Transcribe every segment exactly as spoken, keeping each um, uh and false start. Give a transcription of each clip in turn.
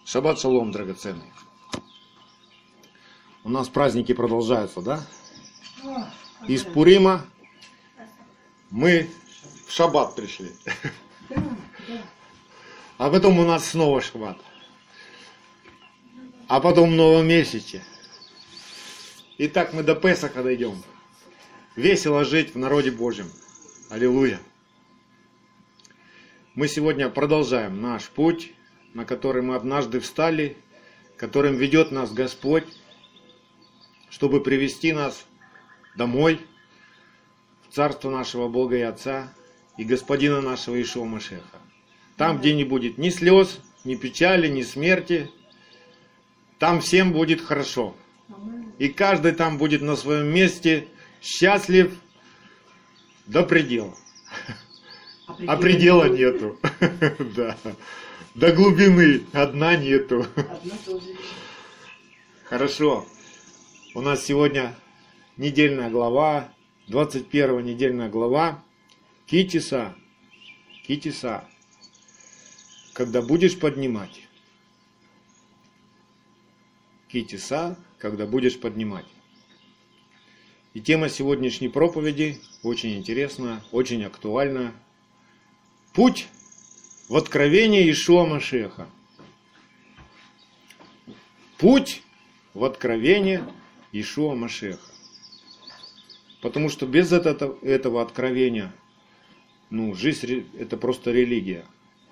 Шаббат шалом, драгоценный. У нас праздники продолжаются, да? Из Пурима мы в шаббат пришли. А потом у нас снова шаббат. А потом в новом месяце. И так мы до Песаха дойдем. Весело жить в народе Божьем. Аллилуйя. Мы сегодня продолжаем наш путь, на который мы однажды встали, которым ведет нас Господь, чтобы привести нас домой, в царство нашего Бога и Отца, и Господина нашего Иешуа Машеха. Там, где не будет ни слез, ни печали, ни смерти, там всем будет хорошо. И каждый там будет на своем месте счастлив до предела. А предела нету. Да. До глубины одна нету. Хорошо. У нас сегодня недельная глава, двадцать первая недельная глава. Ки-Тиса. Ки-Тиса. Когда будешь поднимать. Ки-Тиса, когда будешь поднимать. И тема сегодняшней проповеди очень интересная, очень актуальная. Путь в откровение Иешуа Машеха. Путь в откровение Иешуа Машеха. Потому что без этого, этого откровения, ну, жизнь это просто религия.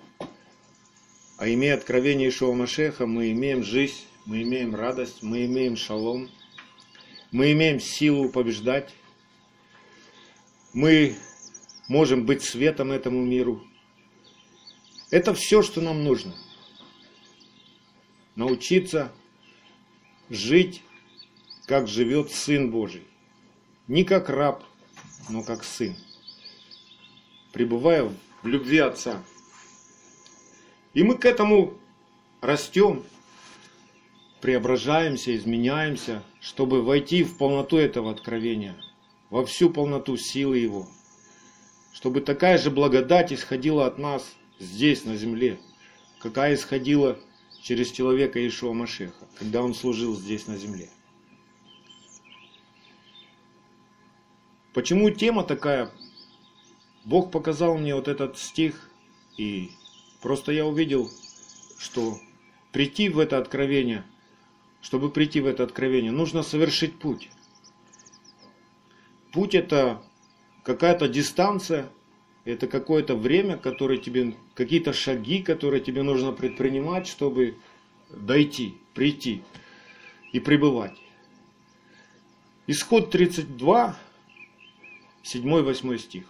А имея откровение Иешуа Машеха, мы имеем жизнь, мы имеем радость, мы имеем шалом, мы имеем силу побеждать. Мы можем быть светом этому миру. Это все, что нам нужно. Научиться жить, как живет Сын Божий. Не как раб, но как сын. Пребывая в любви Отца. И мы к этому растем, преображаемся, изменяемся, чтобы войти в полноту этого откровения, во всю полноту силы Его. Чтобы такая же благодать исходила от нас здесь, на земле, какая исходила через человека Иешуа Машеха, когда он служил здесь, на земле. Почему тема такая? Бог показал мне вот этот стих, и просто я увидел, что прийти в это откровение, чтобы прийти в это откровение, нужно совершить путь. Путь — это какая-то дистанция, это какое-то время, которое тебе, какие-то шаги, которые тебе нужно предпринимать, чтобы дойти, прийти и пребывать. Исход тридцать два, седьмой-восьмой стих.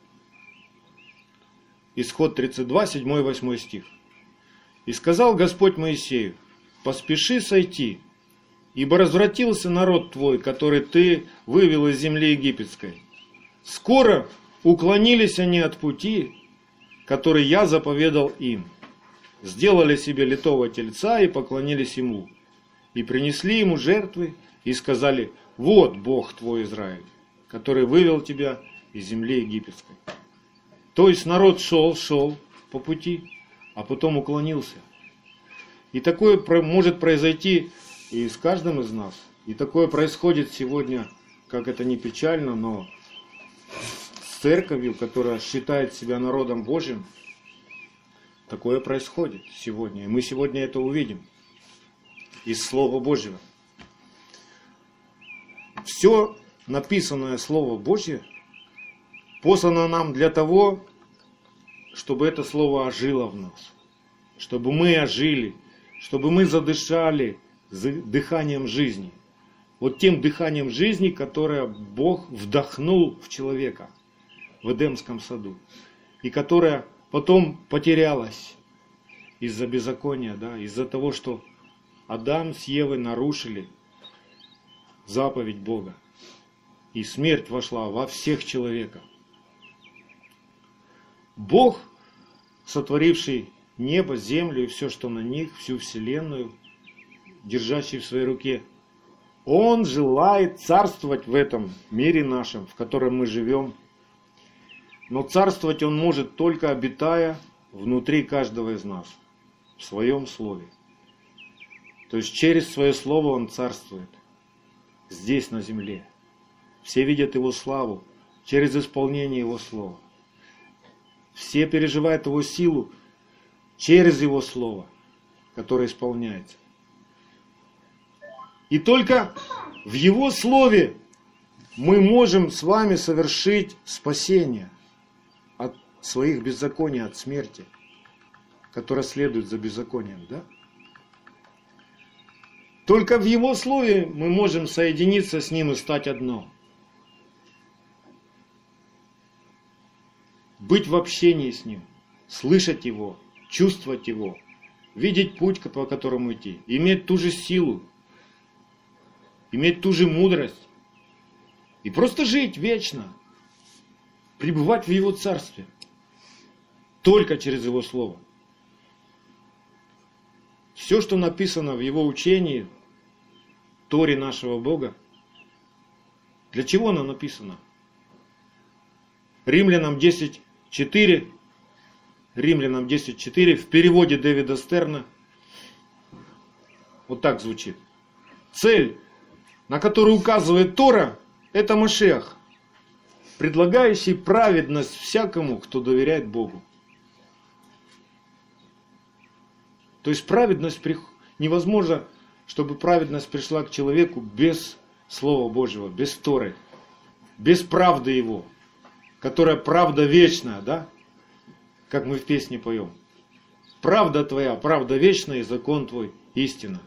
Исход тридцать два, седьмой-восьмой стих. «И сказал Господь Моисею: поспеши сойти, ибо развратился народ твой, который ты вывел из земли египетской. Скоро уклонились они от пути, который я заповедал им. Сделали себе литого тельца и поклонились ему. И принесли ему жертвы и сказали: вот Бог твой Израиль, который вывел тебя из земли египетской». То есть народ шел, шел по пути, а потом уклонился. И такое может произойти и с каждым из нас. И такое происходит сегодня, как это ни печально, но с церковью, которая считает себя народом Божьим, такое происходит сегодня. И мы сегодня это увидим из Слова Божьего. Все написанное Слово Божье послано нам для того, чтобы это Слово ожило в нас. Чтобы мы ожили, чтобы мы задышали дыханием жизни. Вот тем дыханием жизни, которое Бог вдохнул в человека в Эдемском саду. И которое потом потерялось из-за беззакония, да, из-за того, что Адам с Евой нарушили заповедь Бога. И смерть вошла во всех человека. Бог, сотворивший небо, землю и все, что на них, всю вселенную, держащий в своей руке, Он желает царствовать в этом мире нашем, в котором мы живем. Но царствовать Он может только обитая внутри каждого из нас, в Своем Слове. То есть через свое слово Он царствует здесь, на земле. Все видят Его славу через исполнение Его слова. Все переживают Его силу через Его слово, которое исполняется. И только в Его слове мы можем с вами совершить спасение от своих беззаконий, от смерти, которая следует за беззаконием, да? Только в Его слове мы можем соединиться с Ним и стать одно. Быть в общении с Ним, слышать Его, чувствовать Его, видеть путь, по которому идти, иметь ту же силу, иметь ту же мудрость и просто жить вечно, пребывать в Его Царстве, только через Его Слово. Все, что написано в Его учении, Торе нашего Бога, для чего оно написано? Римлянам десять четыре, Римлянам десять четыре в переводе Дэвида Стерна вот так звучит. Цель, на которую указывает Тора, это Машиах, предлагающий праведность всякому, кто доверяет Богу. То есть праведность невозможно, чтобы праведность пришла к человеку без Слова Божьего, без Торы, без правды Его, которая правда вечная, да? Как мы в песне поем. Правда Твоя, правда вечная, и закон Твой истина.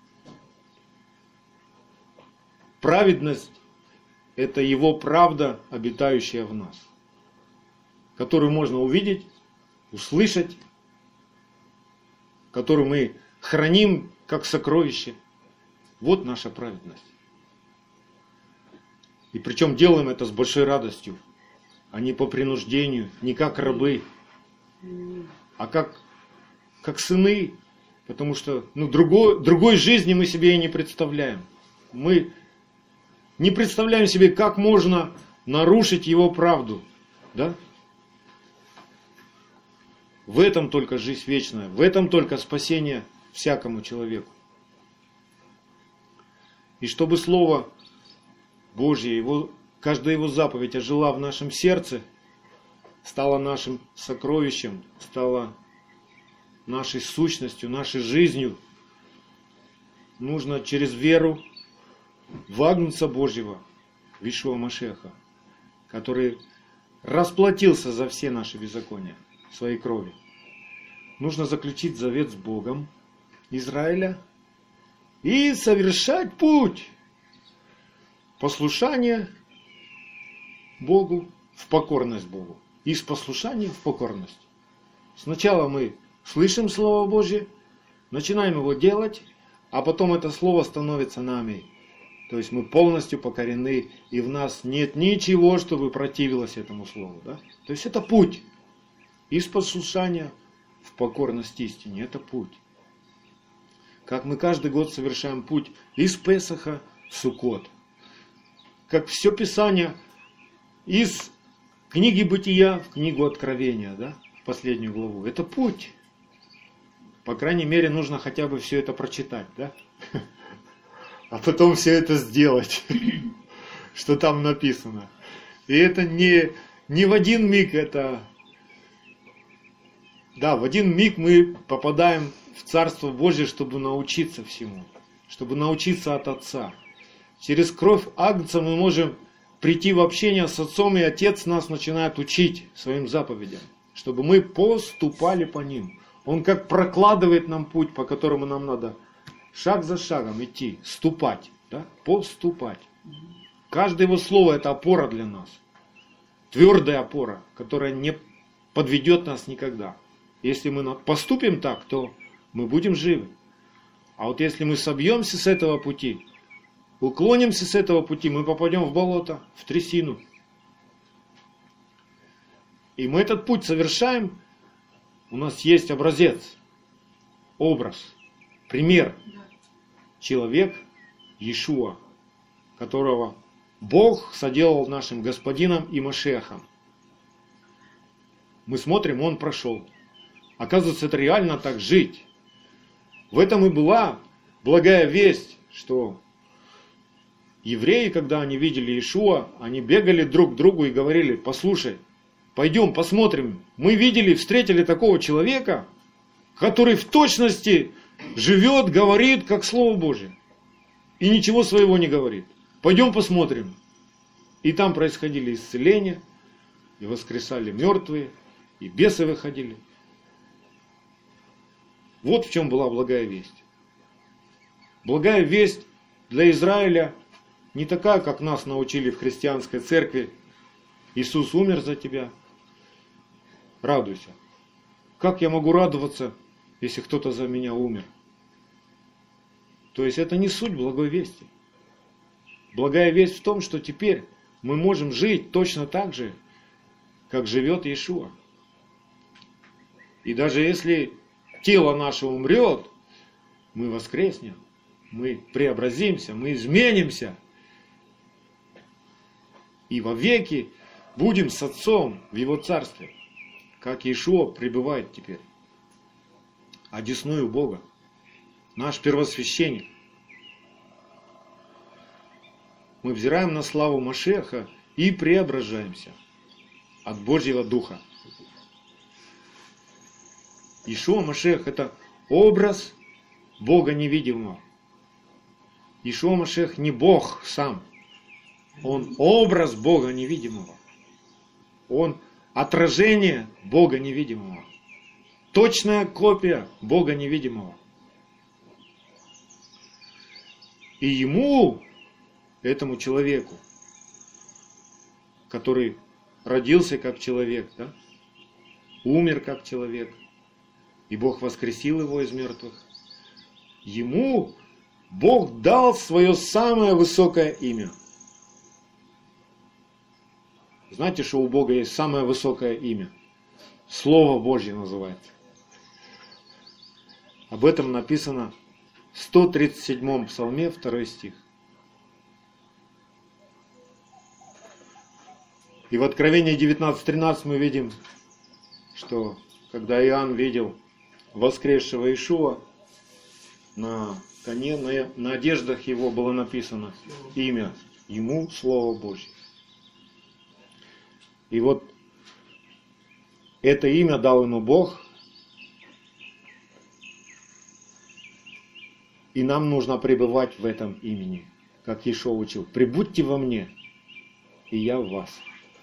Праведность – это Его правда, обитающая в нас, которую можно увидеть, услышать, которую мы храним как сокровище. Вот наша праведность. И причем делаем это с большой радостью, а не по принуждению, не как рабы, а как, как сыны. Потому что ну, другой, другой жизни мы себе и не представляем. Мы не представляем себе, как можно нарушить Его правду. Да? В этом только жизнь вечная, в этом только спасение всякому человеку. И чтобы Слово Божье, его, каждая Его заповедь ожила в нашем сердце, стала нашим сокровищем, стала нашей сущностью, нашей жизнью, нужно через веру в Агнца Божьего, в Иешуа Машиаха, который расплатился за все наши беззакония своей крови. Нужно заключить завет с Богом Израиля и совершать путь послушания Богу в покорность Богу. Из послушания в покорность. Сначала мы слышим Слово Божье, начинаем его делать, а потом это Слово становится нами. То есть мы полностью покорены, и в нас нет ничего, чтобы противилось этому Слову. Да? То есть это путь. Из послушания в покорность истине. Это путь. Как мы каждый год совершаем путь из Песаха в Суккот. Как все Писание из книги Бытия в книгу Откровения, да, в последнюю главу. Это путь. По крайней мере, нужно хотя бы все это прочитать, да? А потом все это сделать, что там написано. И это не, не в один миг, это... Да, в один миг мы попадаем в Царство Божье, чтобы научиться всему, чтобы научиться от Отца. Через кровь Агнца мы можем прийти в общение с Отцом, и Отец нас начинает учить своим заповедям, чтобы мы поступали по ним. Он как прокладывает нам путь, по которому нам надо шаг за шагом идти, ступать, да? Поступать. Каждое Его слово – это опора для нас. Твердая опора, которая не подведет нас никогда. Если мы поступим так, то мы будем живы. А вот если мы собьемся с этого пути, уклонимся с этого пути, мы попадем в болото, в трясину. И мы этот путь совершаем, у нас есть образец, образ, пример. Человек Иешуа, которого Бог соделал нашим Господином и Машиахом. Мы смотрим, Он прошел. Оказывается, это реально так жить. В этом и была благая весть, что евреи, когда они видели Иешуа, они бегали друг к другу и говорили: послушай, пойдем посмотрим, мы видели, встретили такого человека, который в точности живет, говорит, как Слово Божие, и ничего своего не говорит. Пойдем посмотрим. И там происходили исцеления, и воскресали мертвые, и бесы выходили. Вот в чем была благая весть. Благая весть для Израиля не такая, как нас научили в христианской церкви. Иисус умер за тебя. Радуйся. Как я могу радоваться, если кто-то за меня умер? То есть это не суть благой вести. Благая весть в том, что теперь мы можем жить точно так же, как живет Иешуа. И даже если тело наше умрет, мы воскреснем, мы преобразимся, мы изменимся. И вовеки будем с Отцом в Его Царстве, как Иешуа пребывает теперь. Одесную Бога, наш первосвященник. Мы взираем на славу Машеха и преображаемся от Божьего Духа. Иешуа Машех — это образ Бога невидимого. Иешуа Машех не Бог сам. Он образ Бога невидимого. Он отражение Бога невидимого. Точная копия Бога невидимого. И ему, этому человеку, который родился как человек, да, умер как человек, и Бог воскресил его из мертвых, ему Бог дал свое самое высокое имя. Знаете, что у Бога есть самое высокое имя? Слово Божье называется. Об этом написано в сто тридцать седьмом псалме, второй стих. И в Откровении девятнадцать тринадцать мы видим, что когда Иоанн видел воскресшего Иешуа, на коне, на, на одеждах его было написано имя, ему Слово Божье. И вот это имя дал ему Бог, и нам нужно пребывать в этом имени, как Иешуа учил. Пребудьте во мне, и я в вас.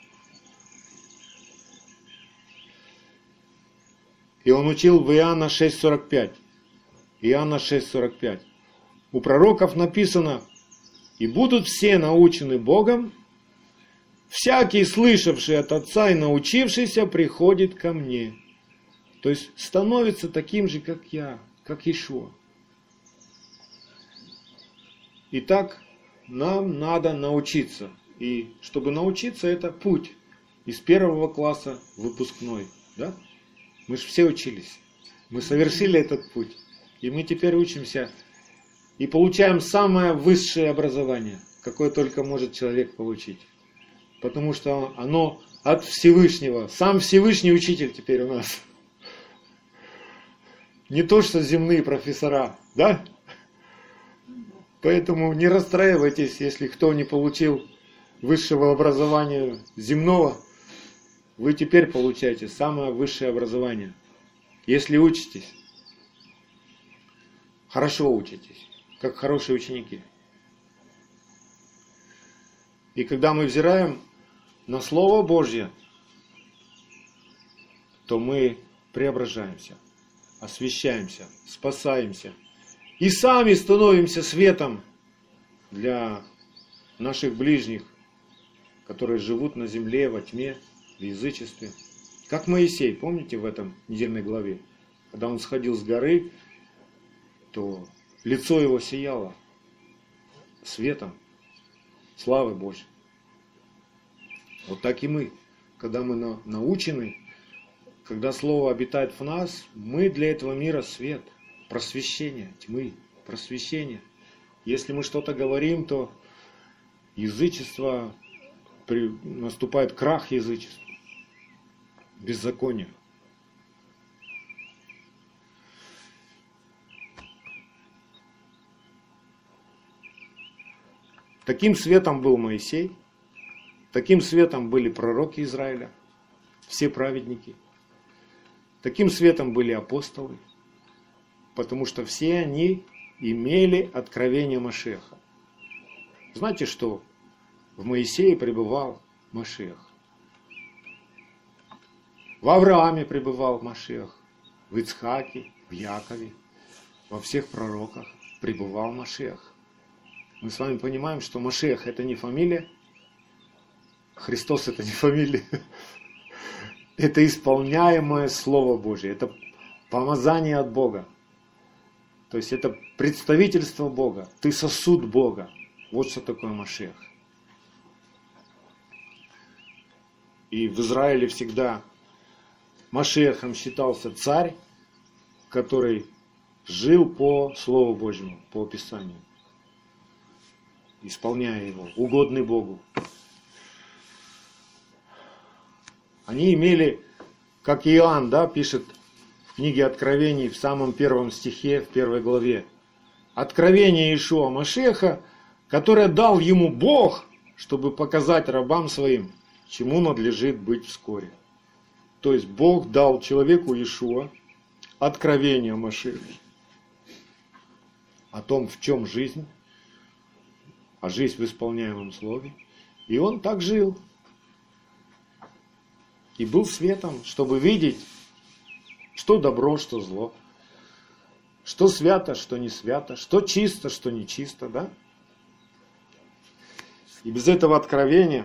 И он учил в Иоанна шесть сорок пять. Иоанна шесть сорок пять. У пророков написано: «И будут все научены Богом, всякий, слышавший от Отца и научившийся, приходит ко мне». То есть становится таким же, как я, как Иешуа. Итак, нам надо научиться. И чтобы научиться, это путь из первого класса в выпускной. Да? Мы же все учились. Мы совершили этот путь. И мы теперь учимся и получаем самое высшее образование, какое только может человек получить. Потому что оно от Всевышнего. Сам Всевышний учитель теперь у нас. Не то, что земные профессора. Да? Поэтому не расстраивайтесь, если кто не получил высшего образования земного. Вы теперь получаете самое высшее образование. Если учитесь, хорошо учитесь, как хорошие ученики. И когда мы взираем на Слово Божье, то мы преображаемся, освящаемся, спасаемся. И сами становимся светом для наших ближних, которые живут на земле во тьме, в язычестве. Как Моисей, помните в этом недельной главе? Когда он сходил с горы, то лицо его сияло светом славы Божьей. Вот так и мы. Когда мы на, научены, когда Слово обитает в нас, мы для этого мира свет, просвещение тьмы, просвещение. Если мы что-то говорим, то язычество, при, наступает крах язычества, беззаконие. Таким светом был Моисей, таким светом были пророки Израиля, все праведники. Таким светом были апостолы, потому что все они имели откровение Машиаха. Знаете, что в Моисее пребывал Машиах? В Аврааме пребывал Машиах, в Ицхаке, в Якове, во всех пророках пребывал Машиах. Мы с вами понимаем, что Машиах это не фамилия, Христос это не фамилия, это исполняемое Слово Божие, это помазание от Бога. То есть это представительство Бога, ты сосуд Бога. Вот что такое Машиах. И в Израиле всегда Машиахом считался царь, который жил по Слову Божьему, по Писанию, исполняя его, угодный Богу. Они имели, как Иоанн, да, пишет в книге Откровений в самом первом стихе, в первой главе, откровение Иешуа Машиаха, которое дал ему Бог, чтобы показать рабам своим, чему надлежит быть вскоре. То есть Бог дал человеку Иешуа откровение Машиаха о том, в чем жизнь, а жизнь в исполняемом слове. И он так жил. И был светом, чтобы видеть, что добро, что зло, что свято, что не свято, что чисто, что не чисто, да? И без этого откровения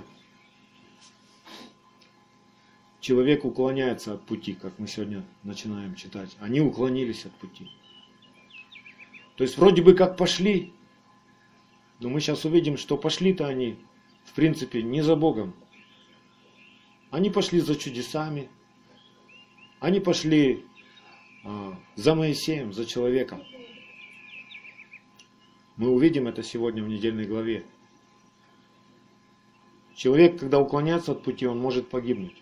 человек уклоняется от пути, как мы сегодня начинаем читать. Они уклонились от пути. То есть вроде бы как пошли, но мы сейчас увидим, что пошли-то они, в принципе, не за Богом. Они пошли за чудесами, они пошли а, за Моисеем, за человеком. Мы увидим это сегодня в недельной главе. Человек, когда уклоняется от пути, он может погибнуть.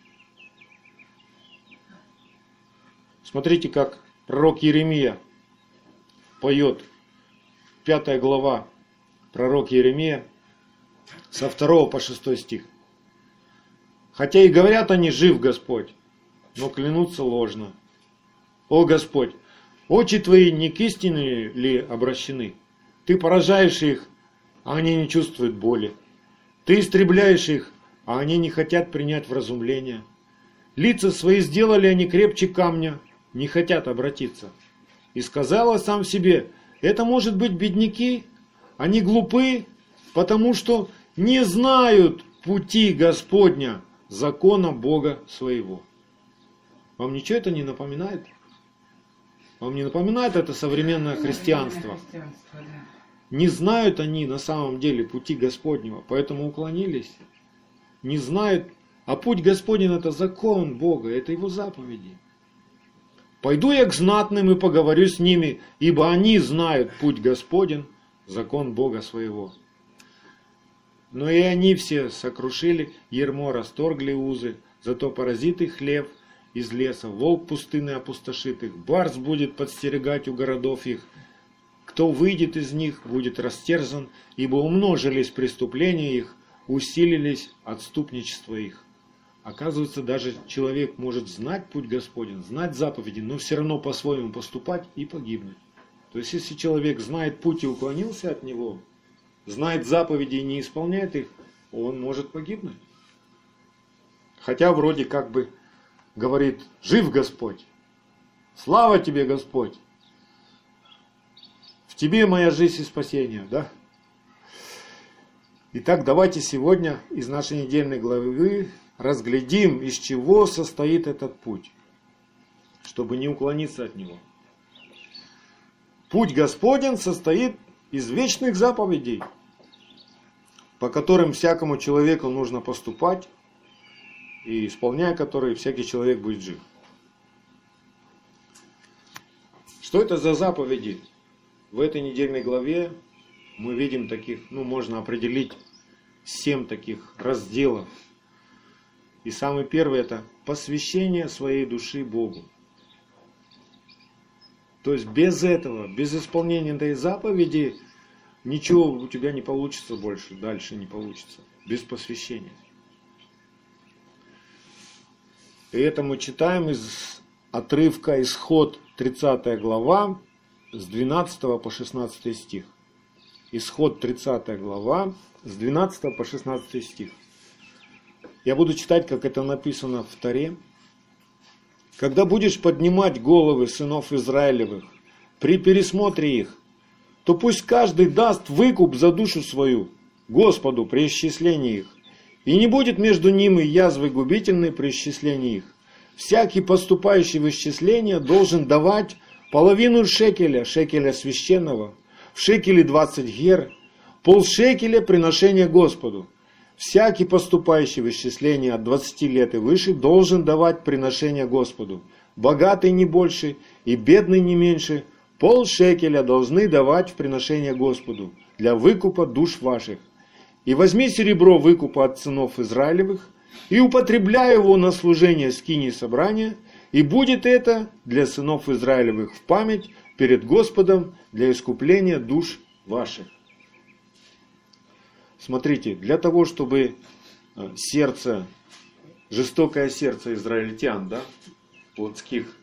Смотрите, как пророк Иеремия поет, пятая глава, пророк Иеремия, со второго по шестой стих. Хотя и говорят они, жив Господь, но клянутся ложно. О Господь, очи твои не к истине ли обращены? Ты поражаешь их, а они не чувствуют боли. Ты истребляешь их, а они не хотят принять вразумление. Лица свои сделали они крепче камня, не хотят обратиться. И сказала сам себе, это может быть бедняки, они глупы, потому что не знают пути Господня, закона Бога своего. Вам ничего это не напоминает? Вам не напоминает это современное христианство? Не знают они на самом деле пути Господнего, поэтому уклонились. Не знают, а путь Господень это закон Бога, это Его заповеди. Пойду я к знатным и поговорю с ними, ибо они знают путь Господень, закон Бога своего. Но и они все сокрушили ярмо, расторгли узы, зато поразит их лев из леса, волк пустыны опустошит их, барс будет подстерегать у городов их. Кто выйдет из них, будет растерзан, ибо умножились преступления их, усилились отступничество их. Оказывается, даже человек может знать путь Господень, знать заповеди, но все равно по-своему поступать и погибнуть. То есть, если человек знает путь и уклонился от него, знает заповеди и не исполняет их, он может погибнуть. Хотя вроде как бы говорит, жив Господь, слава тебе Господь, в тебе моя жизнь и спасение, да? Итак, давайте сегодня из нашей недельной главы разглядим, из чего состоит этот путь, чтобы не уклониться от него. Путь Господень состоит из вечных заповедей, по которым всякому человеку нужно поступать, и исполняя которые всякий человек будет жив. Что это за заповеди? В этой недельной главе мы видим таких, ну можно определить семь таких разделов. И самый первый это посвящение своей души Богу. То есть без этого, без исполнения этой заповеди, ничего у тебя не получится больше, дальше не получится, без посвящения. И это мы читаем из отрывка Исход тридцатая глава, с двенадцатого по шестнадцатый стих. Исход тридцатая глава, с двенадцатого по шестнадцатый стих. Я буду читать, как это написано в Торе. «Когда будешь поднимать головы сынов Израилевых при пересмотре их, то пусть каждый даст выкуп за душу свою Господу при исчислении их, и не будет между ними язвы губительной при исчислении их. Всякий, поступающий в исчисление, должен давать половину шекеля, шекеля священного, в шекеле двадцать гер, полшекеля приношения Господу. Всякий, поступающий в исчисление от двадцати лет и выше, должен давать приношение Господу. Богатый не больше и бедный не меньше, полшекеля должны давать в приношение Господу для выкупа душ ваших. И возьми серебро выкупа от сынов Израилевых, и употребляй его на служение скинии собрания, и будет это для сынов Израилевых в память перед Господом для искупления душ ваших». Смотрите, для того, чтобы сердце, жестокое сердце израильтян, да, плотских,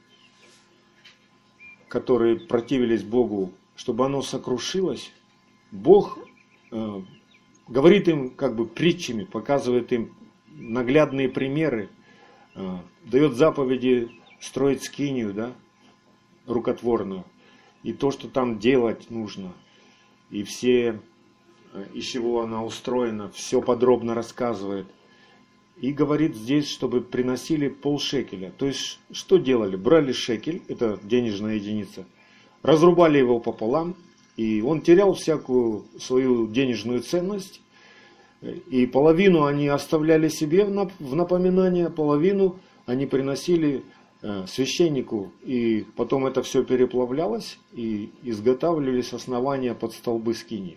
которые противились Богу, чтобы оно сокрушилось, Бог э, говорит им как бы притчами, показывает им наглядные примеры, э, дает заповеди строить скинию, да, рукотворную, и то, что там делать нужно, и все, из чего она устроена, все подробно рассказывает. И говорит здесь, чтобы приносили полшекеля. То есть, что делали? Брали шекель, это денежная единица, разрубали его пополам, и он терял всякую свою денежную ценность. И половину они оставляли себе в напоминание, половину они приносили священнику. И потом это все переплавлялось, и изготавливались основания под столбы скинии.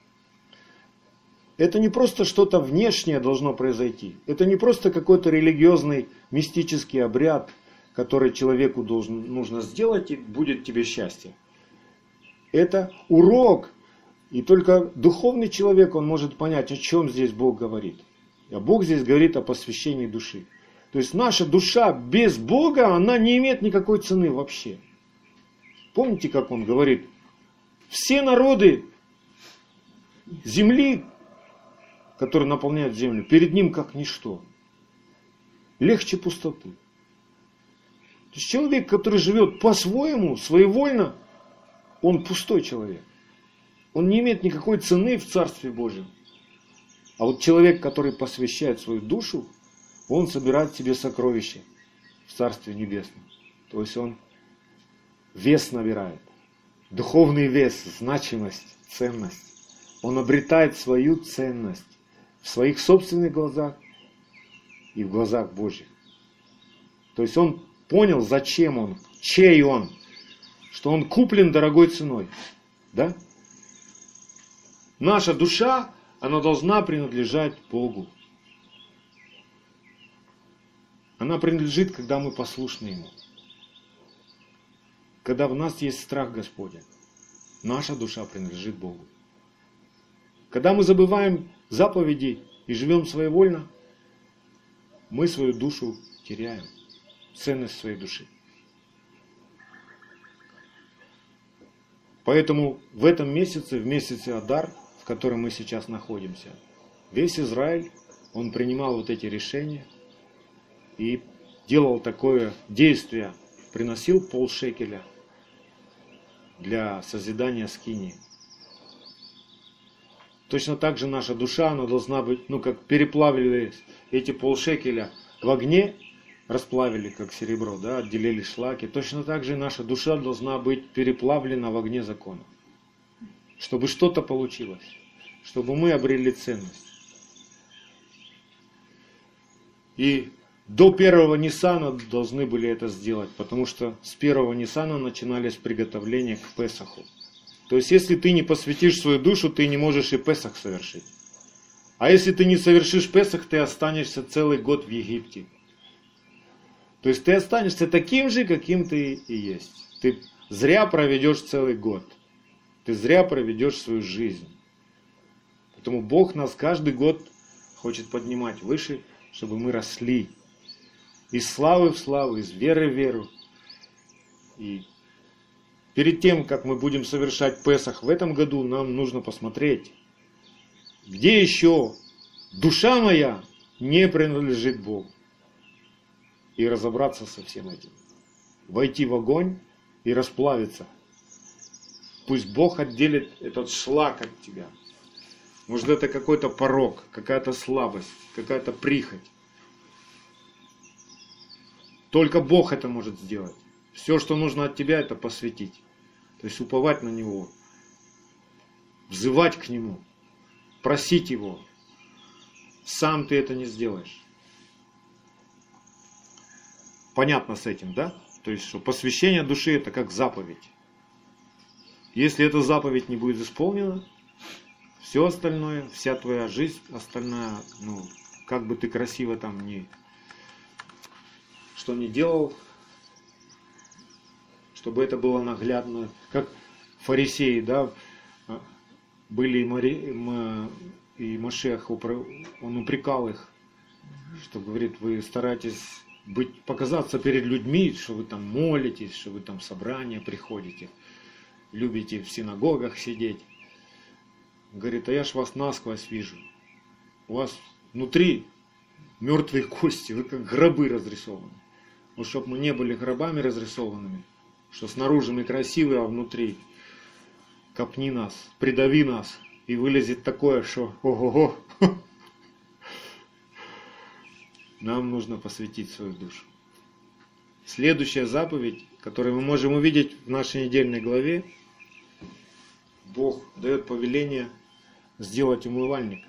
Это не просто что-то внешнее должно произойти. Это не просто какой-то религиозный мистический обряд, который человеку должен, нужно сделать, и будет тебе счастье. Это урок. И только духовный человек, он может понять, о чем здесь Бог говорит. А Бог здесь говорит о посвящении души. То есть наша душа без Бога, она не имеет никакой цены вообще. Помните, как он говорит? Все народы земли, которые наполняют землю, перед ним как ничто. Легче пустоты. То есть человек, который живет по-своему, своевольно, он пустой человек. Он не имеет никакой цены в Царстве Божьем. А вот человек, который посвящает свою душу, он собирает себе сокровища в Царстве Небесном. То есть он вес набирает. Духовный вес, значимость, ценность. Он обретает свою ценность в своих собственных глазах и в глазах Божьих. То есть он понял, зачем он, чей он, что он куплен дорогой ценой. Да? Наша душа, она должна принадлежать Богу. Она принадлежит, когда мы послушны Ему. Когда в нас есть страх Господень, наша душа принадлежит Богу. Когда мы забываем заповеди и живем своевольно, мы свою душу теряем, ценность своей души. Поэтому в этом месяце, в месяце Адар, в котором мы сейчас находимся, весь Израиль, он принимал вот эти решения и делал такое действие, приносил полшекеля для созидания скинии. Точно так же наша душа, она должна быть, ну как переплавили эти полшекеля в огне, расплавили как серебро, да, отделили шлаки. Точно так же и наша душа должна быть переплавлена в огне закона. Чтобы что-то получилось, чтобы мы обрели ценность. И до первого Ниссана должны были это сделать, потому что с первого Ниссана начинались приготовления к Песаху. То есть, если ты не посвятишь свою душу, ты не можешь и Песах совершить. А если ты не совершишь Песах, ты останешься целый год в Египте. То есть, ты останешься таким же, каким ты и есть. Ты зря проведешь целый год. ты зря проведешь свою жизнь. Поэтому Бог нас каждый год хочет поднимать выше, чтобы мы росли. Из славы в славу, из веры в веру. И перед тем, как мы будем совершать Песах в этом году, нам нужно посмотреть, где еще душа моя не принадлежит Богу. И разобраться со всем этим. Войти в огонь и расплавиться. Пусть Бог отделит этот шлак от тебя. Может, это какой-то порок, какая-то слабость, какая-то прихоть. Только Бог это может сделать. Все, что нужно от тебя, это посвятить. То есть уповать на Него. Взывать к Нему. Просить Его. Сам ты это не сделаешь. Понятно с этим, да? То есть, что посвящение души это как заповедь. Если эта заповедь не будет исполнена, все остальное, вся твоя жизнь остальная, ну, как бы ты красиво там ни, что ни делал, чтобы это было наглядно. Как фарисеи, да, были и, Мари, и Машиах, он упрекал их, что говорит, вы стараетесь быть, показаться перед людьми, что вы там молитесь, что вы там в собрания приходите, любите в синагогах сидеть. Говорит, а я ж вас насквозь вижу. У вас внутри мертвые кости, вы как гробы разрисованы. Вот чтобы мы не были гробами разрисованными, что снаружи мы красивые, а внутри копни нас, придави нас, и вылезет такое, что ого-го. Нам нужно посвятить свою душу. Следующая заповедь, которую мы можем увидеть в нашей недельной главе, Бог дает повеление сделать умывальник.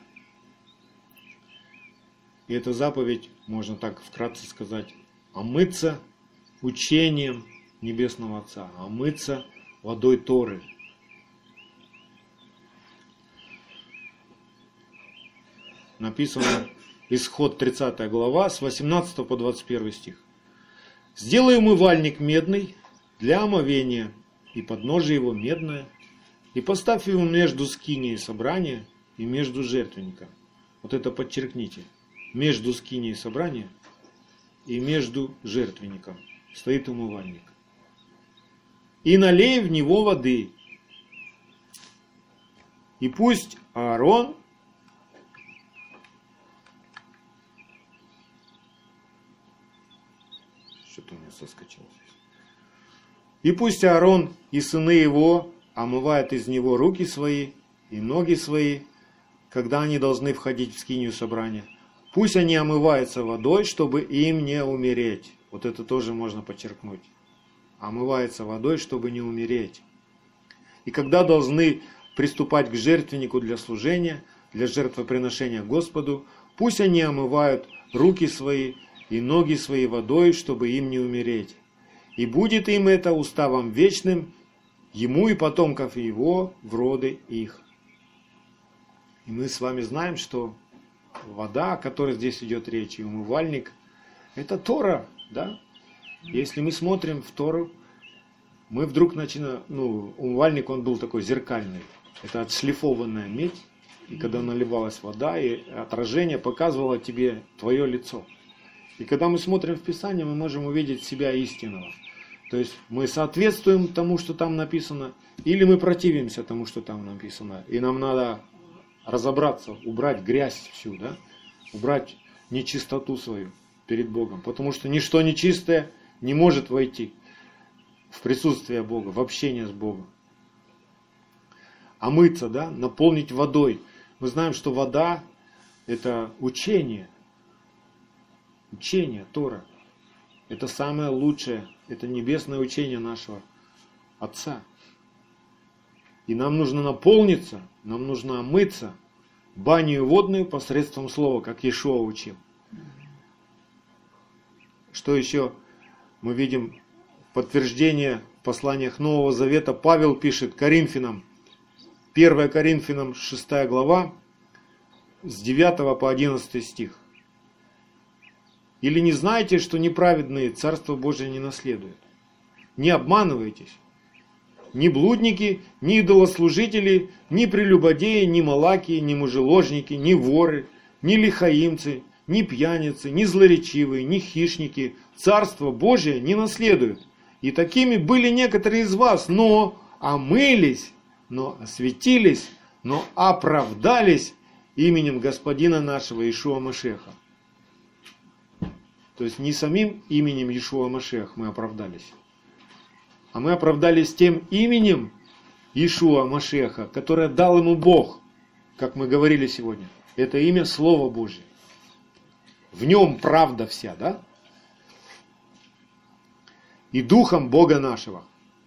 И эта заповедь, можно так вкратце сказать, омыться учением Небесного Отца, омыться водой Торы. Написано Исход тридцатая глава, с восемнадцатого по двадцать первый стих. «Сделай умывальник медный для омовения, и подножие его медное, и поставь его между скинией собрания и между жертвенником». Вот это подчеркните. Между скинией собрания и между жертвенником стоит умывальник. «И налей в него воды, и пусть Аарон Что-то у меня соскочило здесь. И пусть Аарон и сыны его омывают из него руки свои и ноги свои, когда они должны входить в скинию собрания. Пусть они омываются водой, чтобы им не умереть». Вот это тоже можно подчеркнуть. Омывается водой, чтобы не умереть. И когда должны приступать к жертвеннику для служения, для жертвоприношения Господу, пусть они омывают руки свои и ноги свои водой, чтобы им не умереть. И будет им это уставом вечным, ему и потомков его в роды их. И мы с вами знаем, что вода, о которой здесь идет речь, и умывальник, это Тора, да? Если мы смотрим в Тору, мы вдруг начинаем, ну, умывальник, он был такой зеркальный. Это отшлифованная медь, и когда наливалась вода, и отражение показывало тебе твое лицо. И когда мы смотрим в Писание, мы можем увидеть себя истинного. То есть мы соответствуем тому, что там написано, или мы противимся тому, что там написано. И нам надо разобраться, убрать грязь всю, да? Убрать нечистоту свою перед Богом. Потому что ничто нечистое не может войти в присутствие Бога, в общение с Богом. Омыться, да? Наполнить водой. Мы знаем, что вода – это учение. Учение, Тора. Это самое лучшее. Это небесное учение нашего Отца. И нам нужно наполниться, нам нужно омыться банью водную посредством слова, как Иешуа учил. Что еще мы видим? Подтверждение в посланиях Нового Завета. Павел пишет Коринфянам, первое Коринфянам, шестая глава, с девятого по одиннадцатый стих. «Или не знаете, что неправедные Царство Божие не наследуют? Не обманывайтесь. ни блудники, ни идолослужители, ни прелюбодеи, ни малаки, ни мужеложники, ни воры, ни лихаимцы, ни пьяницы, ни злоречивые, ни хищники Царство Божие не наследуют. И такими были некоторые из вас, но омылись, но осветились, но оправдались именем Господина нашего Иешуа Машеха. То есть не самим именем Иешуа Машех мы оправдались, а мы оправдались тем именем Иешуа Машеха, которое дал ему Бог, как мы говорили сегодня. Это имя Слово Божье. В нем правда вся, да? И Духом Бога нашего.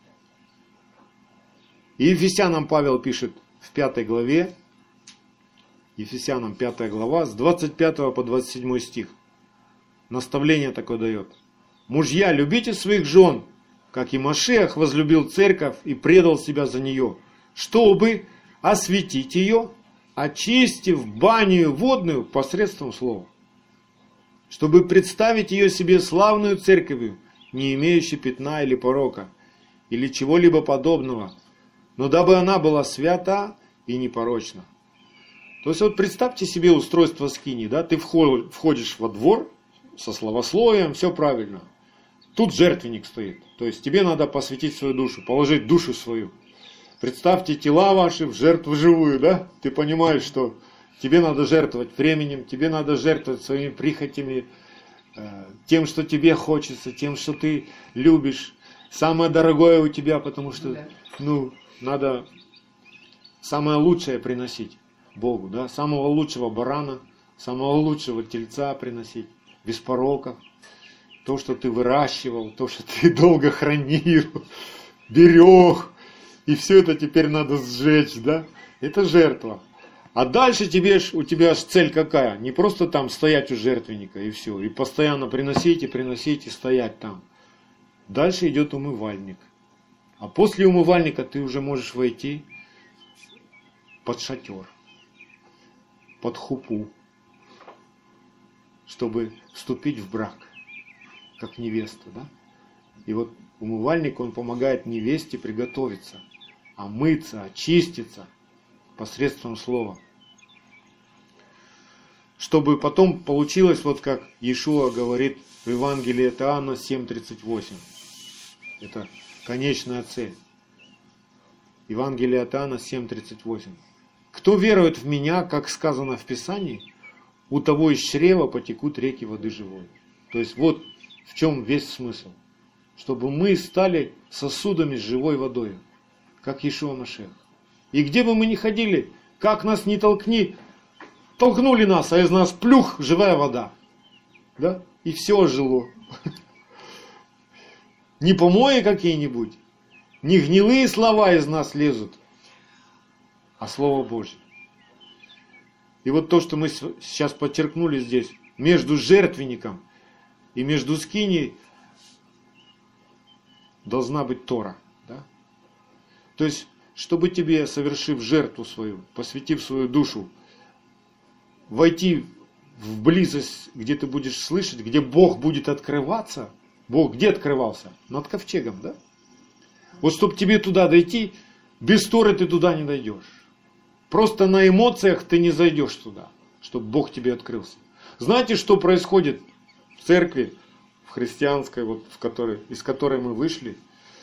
И Ефесянам Павел пишет в пятой главе, Ефесянам пятая глава, с двадцать пятого по двадцать седьмой стих. Наставление такое дает. Мужья, любите своих жен, как и Машиах возлюбил церковь и предал себя за нее, чтобы осветить ее, очистив баню водную посредством слова, чтобы представить ее себе славную церковью, не имеющей пятна или порока, или чего-либо подобного, но дабы она была свята и непорочна. То есть вот представьте себе устройство скинии, да? Ты входишь во двор со словословием, все правильно. Тут жертвенник стоит, то есть тебе надо посвятить свою душу, положить душу свою. Представьте тела ваши в жертву живую, да? Ты понимаешь, что тебе надо жертвовать временем, тебе надо жертвовать своими прихотями, тем, что тебе хочется, тем, что ты любишь. Самое дорогое у тебя, потому что, ну, надо самое лучшее приносить Богу, да? Самого лучшего барана, самого лучшего тельца приносить, без пороков. То, что ты выращивал, то, что ты долго хранил, берег. И все это теперь надо сжечь, да? Это жертва. А дальше тебе, у тебя цель какая? Не просто там стоять у жертвенника и все. И постоянно приносить, и приносить, и стоять там. Дальше идет умывальник. А после умывальника ты уже можешь войти под шатер, под хупу, чтобы вступить в брак, как невеста, да? И вот умывальник, он помогает невесте приготовиться, омыться, очиститься посредством слова. Чтобы потом получилось, вот как Иешуа говорит в Евангелии от Иоанна семь тридцать восемь. Это конечная цель. Евангелие от Иоанна семь тридцать восемь. Кто верует в меня, как сказано в Писании, у того из чрева потекут реки воды живой. То есть вот в чем весь смысл. Чтобы мы стали сосудами с живой водой, как Иешуа Машех. И где бы мы ни ходили, как нас ни толкни, толкнули нас, а из нас плюх, живая вода. Да? И все ожило. Не помои какие-нибудь, не гнилые слова из нас лезут, а Слово Божье. И вот то, что мы сейчас подчеркнули здесь, между жертвенником и между скинией должна быть Тора. Да? То есть, чтобы тебе, совершив жертву свою, посвятив свою душу, войти в близость, где ты будешь слышать, где Бог будет открываться. Бог где открывался? Над ковчегом, да? Вот чтобы тебе туда дойти, без Торы ты туда не дойдешь. Просто на эмоциях ты не зайдешь туда, чтобы Бог тебе открылся. Знаете, что происходит в церкви, в христианской, вот, в которой, из которой мы вышли,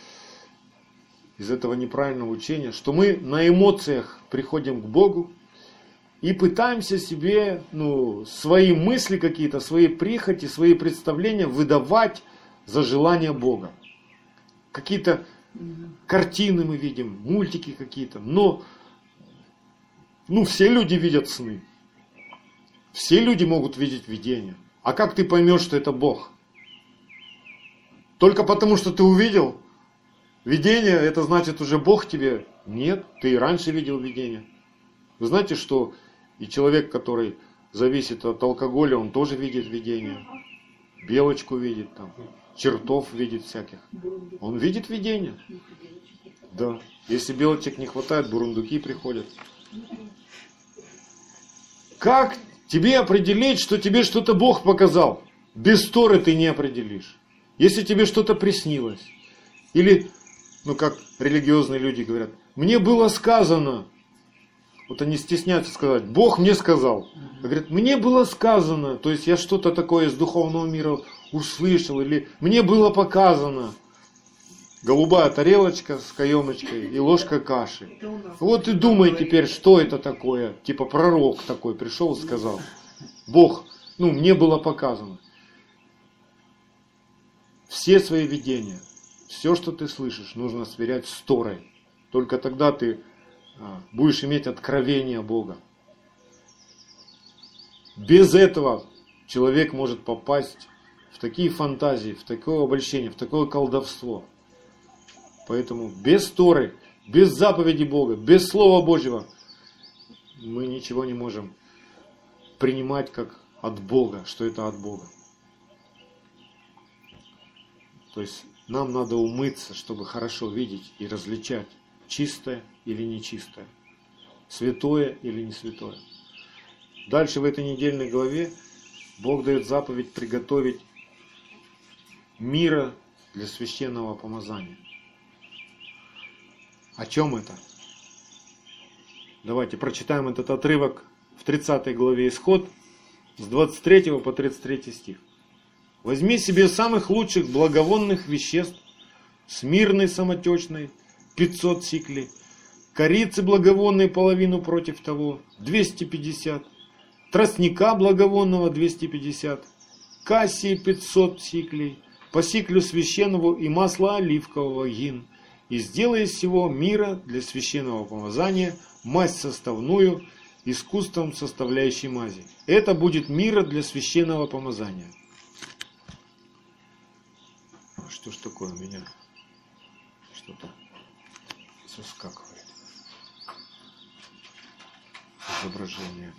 из этого неправильного учения, что мы на эмоциях приходим к Богу и пытаемся себе, ну, свои мысли какие-то, свои прихоти, свои представления выдавать за желание Бога. Какие-то картины мы видим, мультики какие-то, но ну, все люди видят сны. Все люди могут видеть видения. А как ты поймешь, что это Бог? Только потому, что ты увидел видение, это значит уже Бог тебе? Нет, ты и раньше видел видение. Вы знаете, что и человек, который зависит от алкоголя, он тоже видит видение. Белочку видит, там, чертов видит всяких. Он видит видение. Да. Если белочек не хватает, бурундуки приходят. Как тебе определить, что тебе что-то Бог показал? Без Торы ты не определишь. Если тебе что-то приснилось, или ну как религиозные люди говорят, мне было сказано. Вот они стесняются сказать, Бог мне сказал. А говорят, мне было сказано. То есть я что-то такое из духовного мира услышал. Или мне было показано. Голубая тарелочка с каемочкой и ложка каши. Вот и думай теперь, что это такое. Типа пророк такой пришел и сказал. Бог, ну мне было показано. Все свои видения, все, что ты слышишь, нужно сверять с Торой. Только тогда ты будешь иметь откровение Бога. Без этого человек может попасть в такие фантазии, в такое обольщение, в такое колдовство. Поэтому без Торы, без заповеди Бога, без Слова Божьего мы ничего не можем принимать как от Бога, что это от Бога. То есть нам надо умыться, чтобы хорошо видеть и различать чистое или нечистое, святое или не святое. Дальше в этой недельной главе Бог дает заповедь приготовить мира для священного помазания. О чем это? Давайте прочитаем этот отрывок в тридцатой главе Исход с двадцать третьего по тридцать третий стих. «Возьми себе самых лучших благовонных веществ, смирной самотечной, пятьсот сиклей, корицы благовонной половину против того, двести пятьдесят, тростника благовонного двести пятьдесят, кассии пятьсот сиклей, по сиклю священного и масла оливкового гин, и сделай из всего мира для священного помазания мазь составную, искусством составляющей мази. Это будет мира для священного помазания». Что ж такое у меня? Что-то соскакивает. Изображение.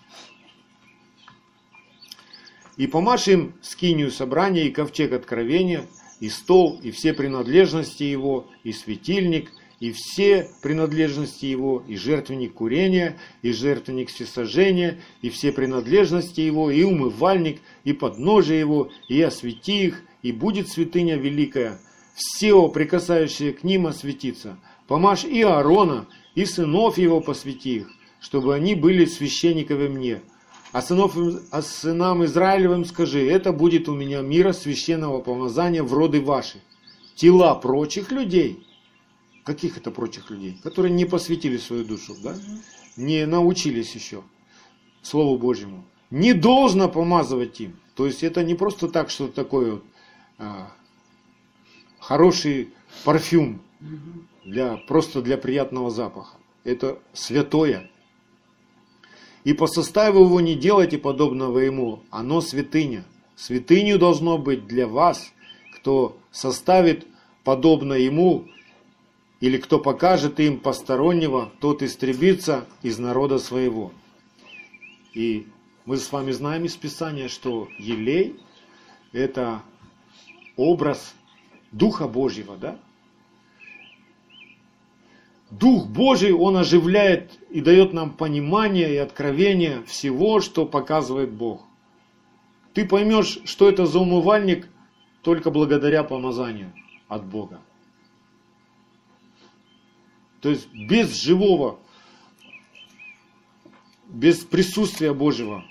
«И помажь им скинию собрания, и ковчег откровения, и стол, и все принадлежности его, и светильник, и все принадлежности его, и жертвенник курения, и жертвенник всесожжения, и все принадлежности его, и умывальник, и подножие его, и освети их, и будет святыня великая. Все, прикасающие к ним, осветится. Помажь и Аарона, и сынов его посвяти их, чтобы они были священниками мне. А, сынов, а сынам Израилевым скажи, это будет у меня мира священного помазания в роды ваши. Тела прочих людей». Каких это прочих людей? Которые не посвятили свою душу, да? Не научились еще Слову Божьему. Не должно помазывать им. То есть это не просто так, что такое вот, а, хороший парфюм для, просто для приятного запаха. Это святое. «И по составу его не делайте подобного ему, оно святыня. Святынью должно быть для вас, кто составит подобно ему, или кто покажет им постороннего, тот истребится из народа своего». И мы с вами знаем из Писания, что елей – это образ Духа Божьего, да? Дух Божий, Он оживляет и дает нам понимание и откровение всего, что показывает Бог. Ты поймешь, что это за умывальник, только благодаря помазанию от Бога. То есть без живого, без присутствия Божьего,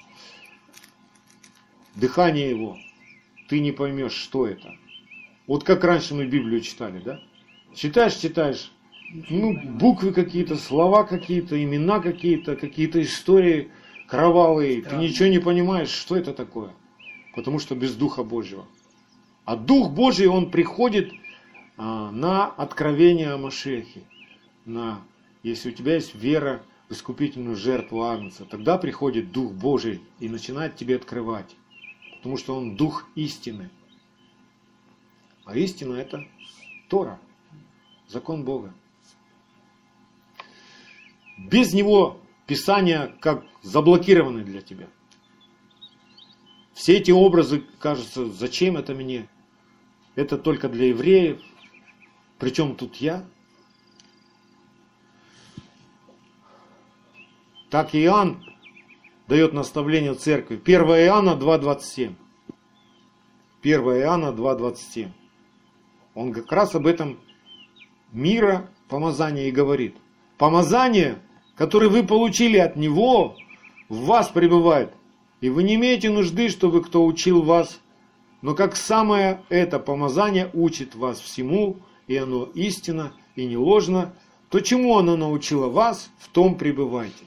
дыхания Его, ты не поймешь, что это. Вот как раньше мы Библию читали, да? Читаешь, читаешь, ну, буквы какие-то, слова какие-то, имена какие-то, какие-то истории кровавые. Ты ничего не понимаешь, что это такое. Потому что без Духа Божьего. А Дух Божий, Он приходит а, на откровение о Машиахе. На, если у тебя есть вера в искупительную жертву Агнца, тогда приходит Дух Божий и начинает тебе открывать. Потому что Он Дух истины. А истина — это Тора, закон Бога. Без него Писания как заблокированы для тебя. Все эти образы, кажется, зачем это мне? Это только для евреев. Причем тут я? Так Иоанн дает наставление церкви. первое Иоанна два двадцать семь. первое Иоанна два двадцать семь. Он как раз об этом мира помазание и говорит: помазание, которое вы получили от Него, в вас пребывает, и вы не имеете нужды, чтобы кто учил вас, но как самое это помазание учит вас всему, и оно истинно и не ложно, то чему оно научило вас, в том пребывайте.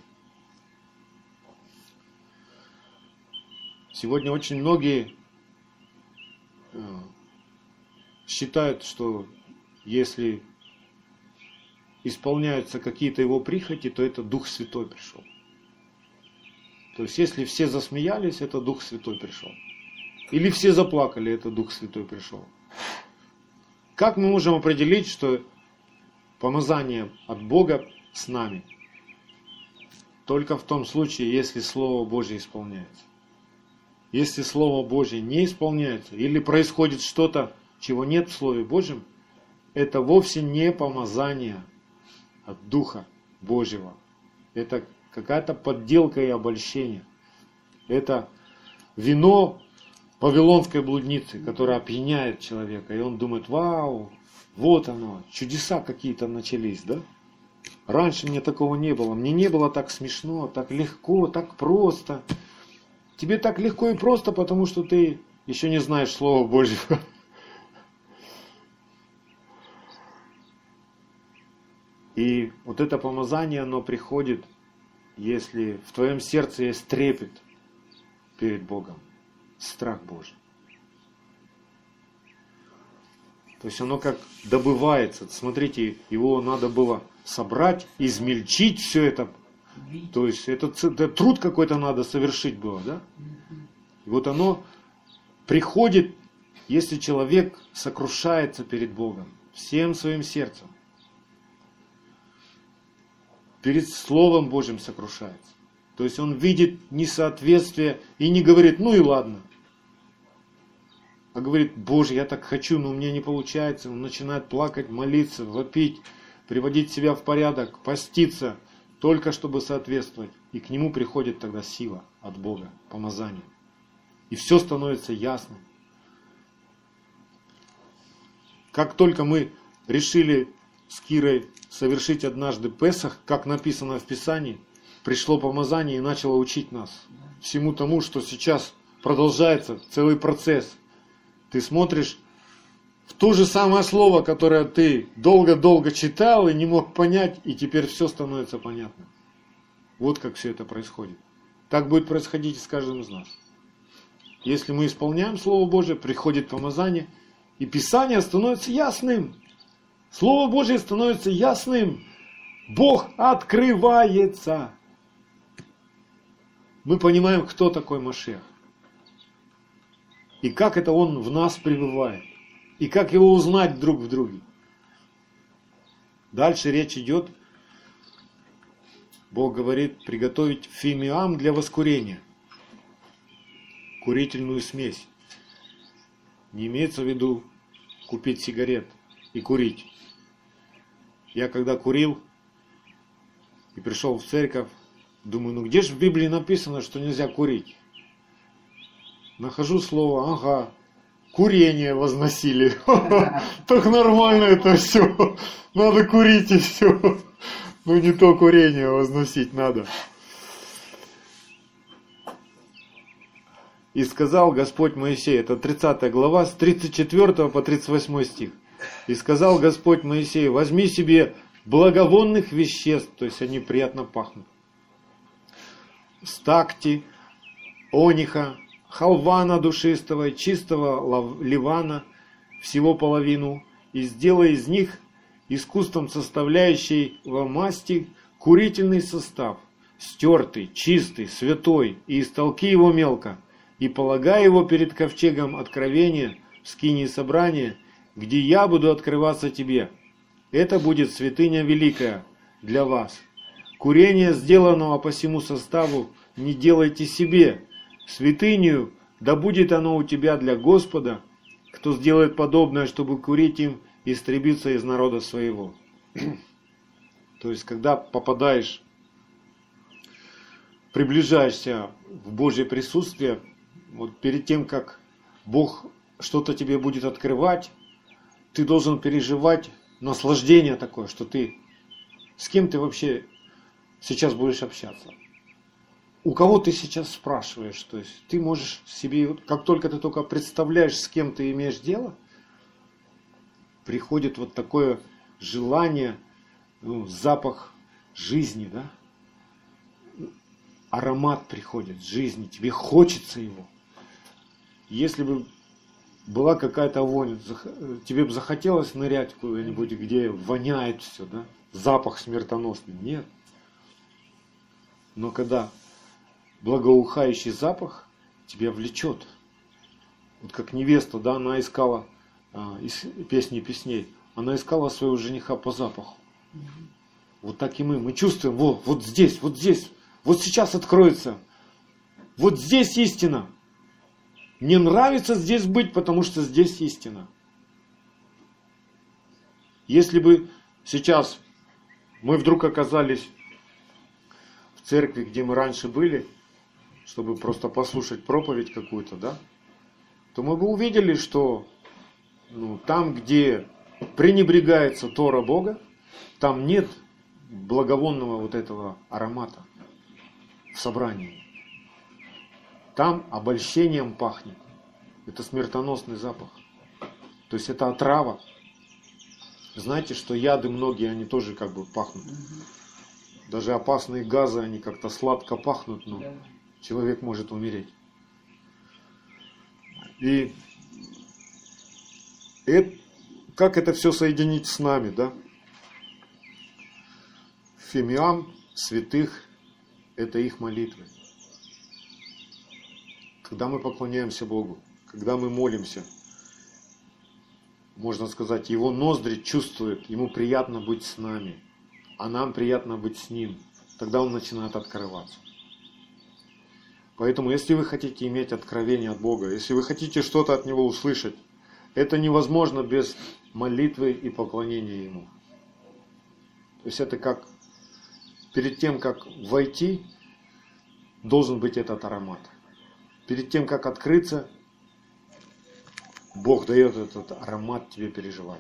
Сегодня очень многие считают, что если исполняются какие-то его прихоти, то это Дух Святой пришел. То есть, если все засмеялись, это Дух Святой пришел. Или все заплакали, это Дух Святой пришел. Как мы можем определить, что помазание от Бога с нами? Только в том случае, если Слово Божье исполняется. Если Слово Божье не исполняется, или происходит что-то, чего нет в Слове Божьем, это вовсе не помазание от Духа Божьего. Это какая-то подделка и обольщение. Это вино вавилонской блудницы, которая опьяняет человека. И он думает: вау, вот оно, чудеса какие-то начались, да? Раньше мне такого не было. Мне не было так смешно, так легко, так просто. Тебе так легко и просто, потому что ты еще не знаешь Слова Божьего. И вот это помазание, оно приходит, если в твоем сердце есть трепет перед Богом, страх Божий. То есть оно как добывается. Смотрите, его надо было собрать, измельчить все это. То есть это, это труд какой-то надо совершить было, да? И вот оно приходит, если человек сокрушается перед Богом всем своим сердцем. Перед Словом Божьим сокрушается. То есть он видит несоответствие и не говорит: ну и ладно. А говорит: Боже, я так хочу, но у меня не получается. Он начинает плакать, молиться, вопить, приводить себя в порядок, поститься, только чтобы соответствовать. И к нему приходит тогда сила от Бога, помазание. И все становится ясным. Как только мы решили с Кирой совершить однажды Песах, как написано в Писании, пришло помазание и начало учить нас всему тому, что сейчас продолжается, целый процесс. Ты смотришь в то же самое слово, которое ты долго-долго читал и не мог понять, и теперь все становится понятно. Вот как все это происходит. Так будет происходить и с каждым из нас. Если мы исполняем Слово Божие, приходит помазание, и Писание становится ясным. Слово Божие становится ясным. Бог открывается. Мы понимаем, кто такой Машиах. И как это Он в нас пребывает. И как Его узнать друг в друге. Дальше речь идет. Бог говорит: приготовить фимиам для воскурения. Курительную смесь. Не имеется в виду купить сигарет и курить. Я когда курил и пришел в церковь, думаю: ну где же в Библии написано, что нельзя курить? Нахожу слово: ага, курение возносили. Так нормально это все. Надо курить и все. Ну не то курение возносить надо. И сказал Господь Моисею, это тридцатая глава, с тридцать четвёртого по тридцать восьмой стих. И сказал Господь Моисею: возьми себе благовонных веществ, то есть они приятно пахнут, стакти, ониха, халвана душистого, чистого ливана, всего половину, и сделай из них искусством составляющего масти курительный состав, стертый, чистый, святой, и истолки его мелко, и полагай его перед ковчегом откровения в скинии собрания, где я буду открываться тебе. Это будет святыня великая для вас. Курение, сделанного по всему составу, не делайте себе. Святыню, да будет оно у тебя для Господа. Кто сделает подобное, чтобы курить им, истребиться из народа своего. То есть, когда попадаешь, приближаешься в Божье присутствие, вот перед тем, как Бог что-то тебе будет открывать, ты должен переживать наслаждение такое, что ты, с кем ты вообще сейчас будешь общаться. У кого ты сейчас спрашиваешь, то есть ты можешь себе, как только ты только представляешь, с кем ты имеешь дело, приходит вот такое желание, ну, запах жизни, да? Аромат приходит жизни, тебе хочется его. Если бы была какая-то вонь, тебе бы захотелось нырять куда-нибудь, где воняет все, да? Запах смертоносный. Нет. Но когда благоухающий запах тебя влечет, вот как невеста, да, она искала а, из песни песней, она искала своего жениха по запаху. Вот так и мы. Мы чувствуем, вот, вот здесь, вот здесь, вот сейчас откроется. Вот здесь истина. Мне нравится здесь быть, потому что здесь истина. Если бы сейчас мы вдруг оказались в церкви, где мы раньше были, чтобы просто послушать проповедь какую-то, да, то мы бы увидели, что ну, там, где пренебрегается Тора Бога, там нет благовонного вот этого аромата в собрании. Там обольщением пахнет. Это смертоносный запах. То есть это отрава. Знаете, что яды многие, они тоже как бы пахнут. Даже опасные газы, они как-то сладко пахнут, но человек может умереть. И это, как это все соединить с нами, да? Фимиам святых – это их молитвы. Когда мы поклоняемся Богу, когда мы молимся, можно сказать, Его ноздри чувствуют, Ему приятно быть с нами, а нам приятно быть с Ним. Тогда Он начинает открываться. Поэтому, если вы хотите иметь откровение от Бога, если вы хотите что-то от Него услышать, это невозможно без молитвы и поклонения Ему. То есть это как, перед тем, как войти, должен быть этот аромат. Перед тем, как открыться, Бог дает этот аромат тебе переживать.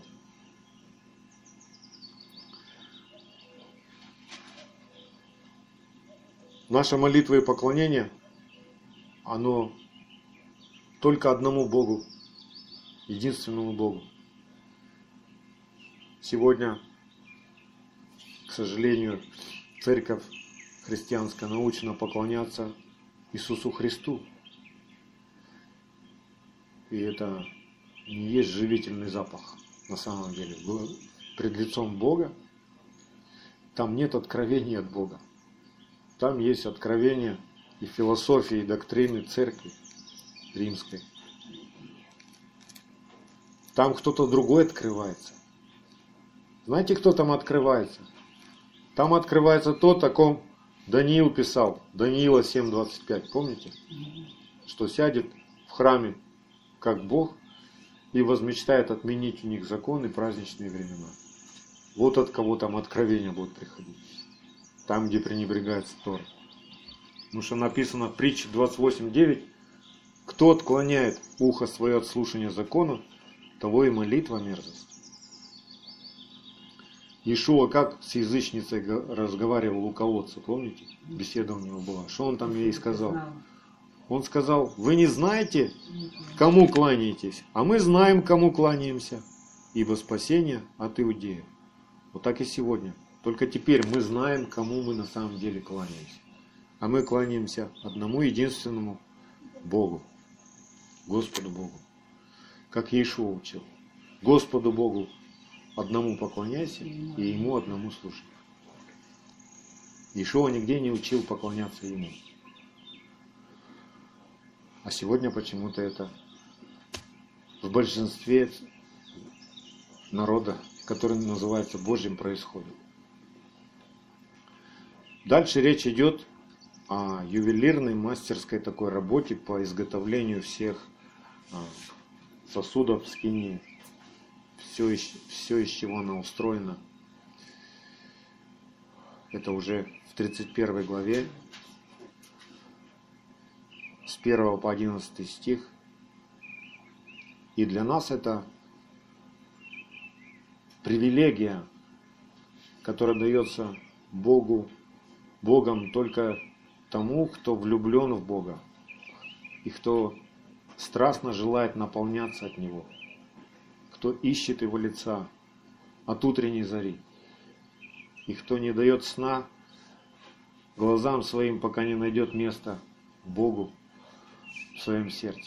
Наша молитва и поклонение, оно только одному Богу, единственному Богу. Сегодня, к сожалению, церковь христианская научена поклоняться Иисусу Христу. И это не есть живительный запах на самом деле. Пред лицом Бога там нет откровения от Бога. Там есть откровение и философии, и доктрины церкви римской. Там кто-то другой открывается. Знаете, кто там открывается? Там открывается тот, о ком Даниил писал. Даниила семь двадцать пять, помните? Что сядет в храме как Бог и возмечтает отменить у них законы и праздничные времена. Вот от кого там откровения будут приходить. Там, где пренебрегается Тора. Потому что написано в притче двадцать восемь девять: кто отклоняет ухо свое от слушания закона, того и молитва мерзость. Иешуа как с язычницей разговаривал у колодца, помните? Беседа у него была. Что он там ей сказал? Он сказал: вы не знаете, кому кланяетесь, а мы знаем, кому кланяемся, ибо спасение от иудеев. Вот так и сегодня. Только теперь мы знаем, кому мы на самом деле кланяемся. А мы кланяемся одному единственному Богу, Господу Богу. Как Иешуа учил. Господу Богу одному поклоняйся и Ему одному служи. Иешуа нигде не учил поклоняться Ему. А сегодня почему-то это в большинстве народа, который называется Божьим, происходит. Дальше речь идет о ювелирной мастерской такой работе по изготовлению всех сосудов скинии. Все, все, из чего она устроена. Это уже в тридцать первой главе, с первого по одиннадцатый стих. И для нас это привилегия, которая дается Богу, Богом только тому, кто влюблен в Бога и кто страстно желает наполняться от Него, кто ищет Его лица от утренней зари, и кто не дает сна глазам своим, пока не найдет место Богу в своем сердце.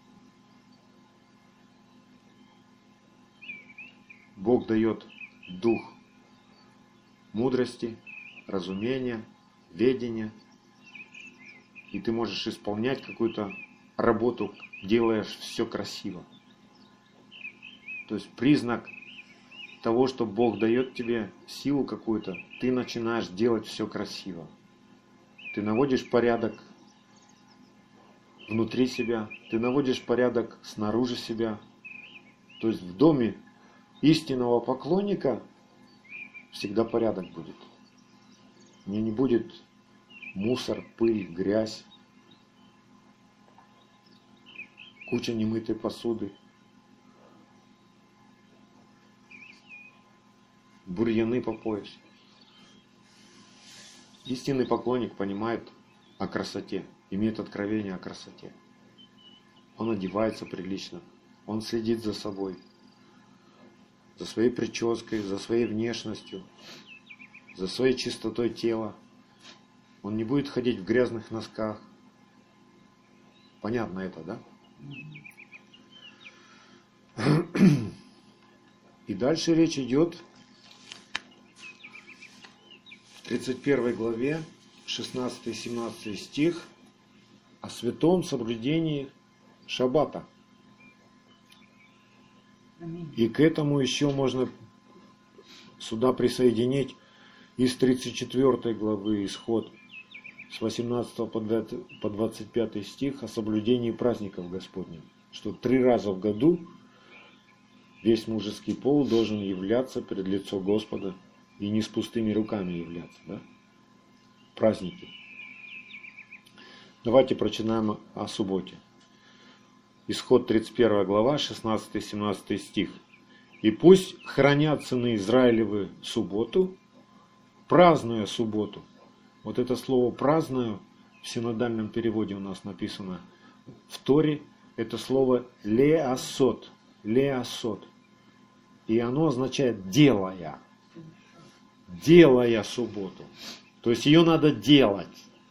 Бог дает дух мудрости, разумения, ведения, и ты можешь исполнять какую-то работу, делаешь все красиво. То есть признак того, что Бог дает тебе силу какую-то, ты начинаешь делать все красиво. Ты наводишь порядок внутри себя, ты наводишь порядок снаружи себя. То есть в доме истинного поклонника всегда порядок будет. Не, не будет мусор, пыль, грязь, куча немытой посуды, бурьяны по пояс. Истинный поклонник понимает о красоте, имеет откровение о красоте. Он одевается прилично, он следит за собой, за своей прической, за своей внешностью, за своей чистотой тела. Он не будет ходить в грязных носках. Понятно это, да? И дальше речь идет в тридцать первой главе, шестнадцатый-семнадцатый стих, о святом соблюдении шаббата. И к этому еще можно сюда присоединить из тридцать четвёртой главы Исход, с восемнадцатого по двадцать пятый стих, о соблюдении праздников Господних. Что три раза в году весь мужеский пол должен являться перед лицом Господа и не с пустыми руками являться. Да? Праздники. Давайте прочитаем о субботе. Исход тридцать первая глава, шестнадцатый-семнадцатый стих. «И пусть хранят сыны Израилевы субботу, празднуя субботу». Вот это слово «праздную» в синодальном переводе у нас написано в Торе. Это слово «леасот». «Леасот». И оно означает «делая». «Делая субботу». То есть ее надо делать.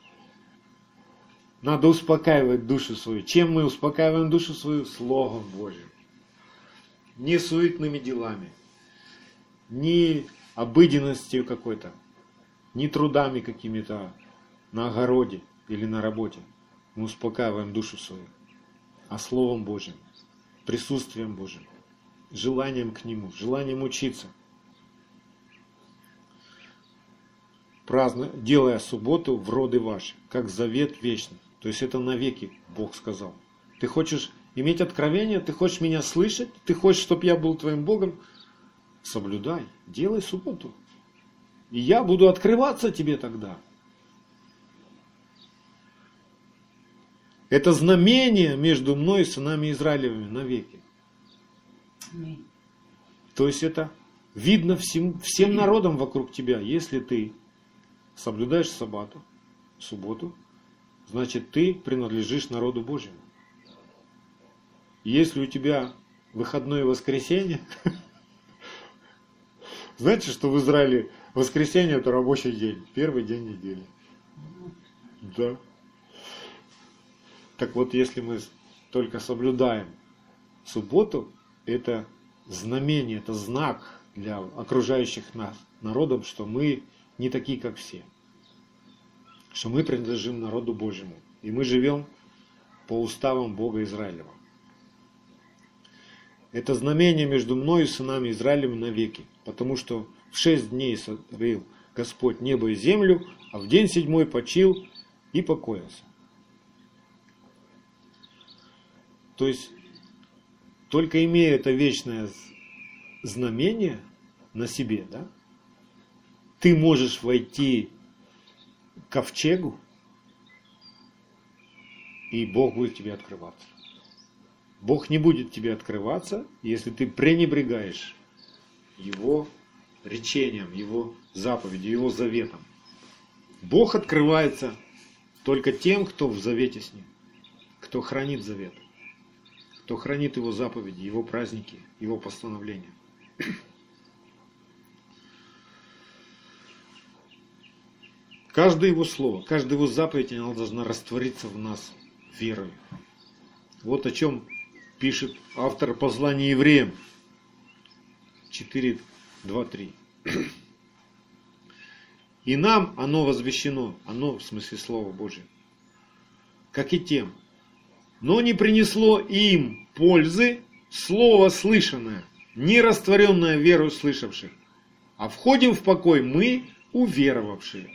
Надо успокаивать душу свою. Чем мы успокаиваем душу свою? Словом Божьим. Не суетными делами, не обыденностью какой-то, не трудами какими-то на огороде или на работе. Мы успокаиваем душу свою. А Словом Божьим, присутствием Божьим, желанием к Нему, желанием учиться. Праздно, делая субботу в роды ваши, как завет вечный. То есть это навеки, Бог сказал. Ты хочешь иметь откровение, ты хочешь меня слышать, ты хочешь, чтобы я был твоим Богом, соблюдай, делай субботу. И я буду открываться тебе тогда. Это знамение между мной и сынами Израилевыми навеки. То есть это видно всем, всем народам вокруг тебя. Если ты соблюдаешь саббату, субботу, значит ты принадлежишь народу Божьему. Если у тебя выходное воскресенье, знаете, что в Израиле воскресенье это рабочий день, первый день недели. Да. Так вот, если мы только соблюдаем субботу, это знамение, это знак для окружающих нас народов, что мы не такие, как все. Что мы принадлежим народу Божьему. И мы живем по уставам Бога Израилева. Это знамение между мной и сынами Израилем навеки. Потому что в шесть дней сотворил Господь небо и землю, а в день седьмой почил и покоился. То есть, только имея это вечное знамение на себе, да, ты можешь войти к ковчегу, и Бог будет тебе открываться. Бог не будет тебе открываться, если ты пренебрегаешь Его речениям, Его заповедям, Его заветам. Бог открывается только тем, кто в завете с Ним, кто хранит завет, кто хранит Его заповеди, Его праздники, Его постановления. Каждое Его слово, каждая Его заповедь, она должна раствориться в нас верой. Вот о чем пишет автор послания евреям четыре, два, три. И нам оно возвещено, оно в смысле Слова Божие, как и тем, но не принесло им пользы слово слышанное, не растворенное верою слышавших, а входим в покой мы, уверовавшие.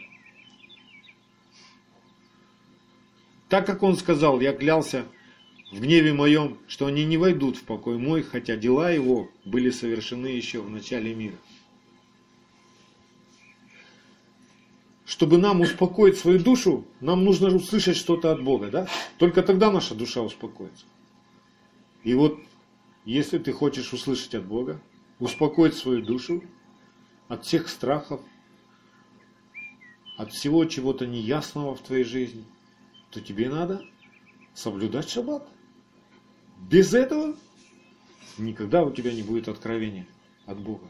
Так как он сказал, я клялся в гневе моем, что они не войдут в покой мой, хотя дела его были совершены еще в начале мира. Чтобы нам успокоить свою душу, нам нужно услышать что-то от Бога, да? Только тогда наша душа успокоится. И вот, если ты хочешь услышать от Бога, успокоить свою душу от всех страхов, от всего чего-то неясного в твоей жизни, то тебе надо соблюдать шаббат. Без этого никогда у тебя не будет откровения от Бога.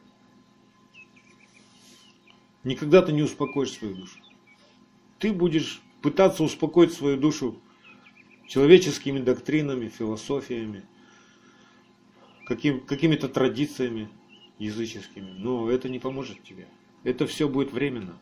Никогда ты не успокоишь свою душу. Ты будешь пытаться успокоить свою душу человеческими доктринами, философиями, каким, какими-то традициями языческими. Но это не поможет тебе. Это все будет временно.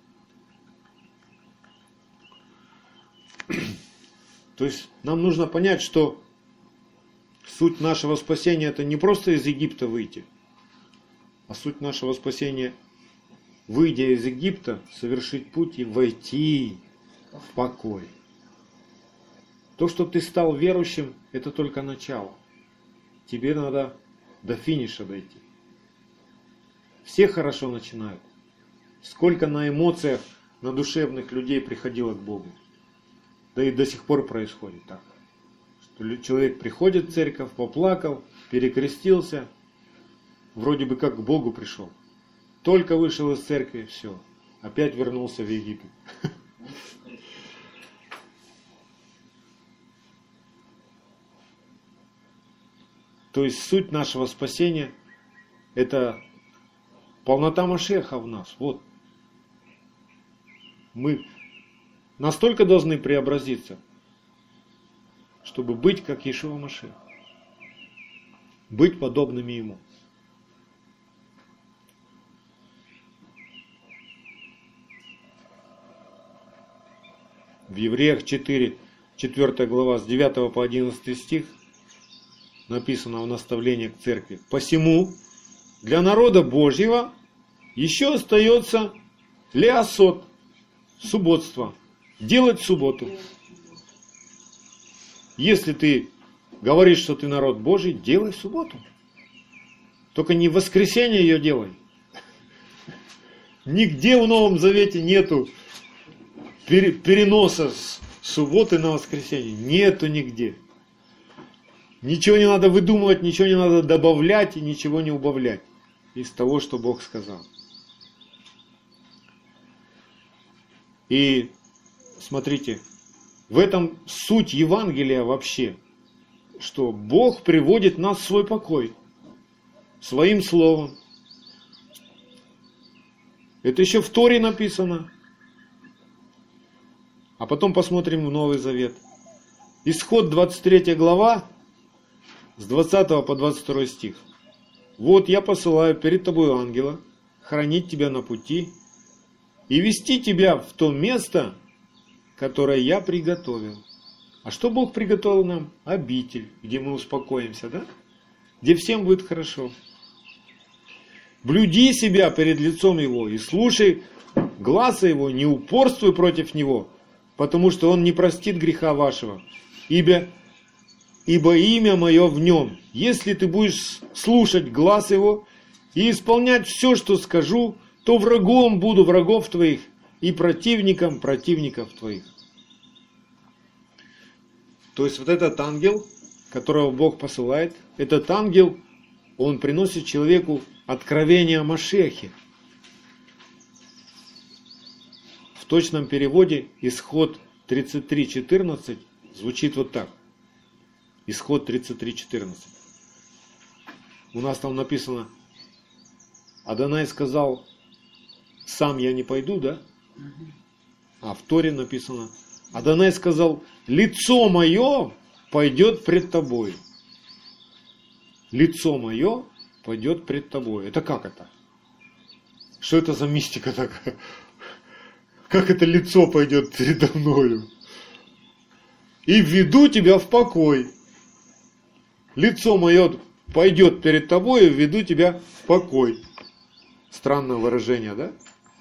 То есть нам нужно понять, что суть нашего спасения это не просто из Египта выйти, а суть нашего спасения, выйдя из Египта, совершить путь и войти в покой. То, что ты стал верующим, это только начало. Тебе надо до финиша дойти. Все хорошо начинают. Сколько на эмоциях, на душевных людей приходило к Богу. Да и до сих пор происходит так. Что человек приходит в церковь, поплакал, перекрестился, вроде бы как к Богу пришел. Только вышел из церкви, все, опять вернулся в Египет. То есть суть нашего спасения это полнота Машеха в нас. Вот. Мы настолько должны преобразиться, чтобы быть как Иешуа Машех. Быть подобными Ему. В Евреях четыре, четвёртая глава, с девятого по одиннадцатый стих написано в наставлении к церкви. Посему для народа Божьего еще остается леосот, субботство, делать субботу. Если ты говоришь, что ты народ Божий, делай субботу. Только не в воскресенье ее делай. Нигде в Новом Завете нету переноса с субботы на воскресенье. Нету нигде. Ничего не надо выдумывать, ничего не надо добавлять и ничего не убавлять из того, что Бог сказал. И смотрите, в этом суть Евангелия вообще, что Бог приводит нас в свой покой своим словом. Это еще в Торе написано. А потом посмотрим в Новый Завет. Исход двадцать третья глава, с двадцатого по двадцать второй стих. Вот я посылаю перед тобой ангела, хранить тебя на пути и вести тебя в то место, которое я приготовил. А что Бог приготовил нам? Обитель, где мы успокоимся, да? Где всем будет хорошо. Блюди себя перед лицом Его и слушай гласа Его, не упорствуй против Него, потому что Он не простит греха вашего, ибо, ибо имя Мое в Нем. Если ты будешь слушать глас Его и исполнять все, что скажу, то врагом буду врагов твоих и противником противников твоих. То есть вот этот ангел, которого Бог посылает, этот ангел, он приносит человеку откровение о Машехе. В точном переводе Исход тридцать три четырнадцать звучит вот так. Исход тридцать три четырнадцать. У нас там написано: Адонай сказал: сам я не пойду, да? А в Торе написано: Адонай сказал: лицо мое пойдет пред тобой. Лицо мое пойдет пред тобой. Это как это? Что это за мистика такая? Как это лицо пойдет передо мною? И введу тебя в покой. Лицо мое пойдет перед тобой и введу тебя в покой. Странное выражение, да?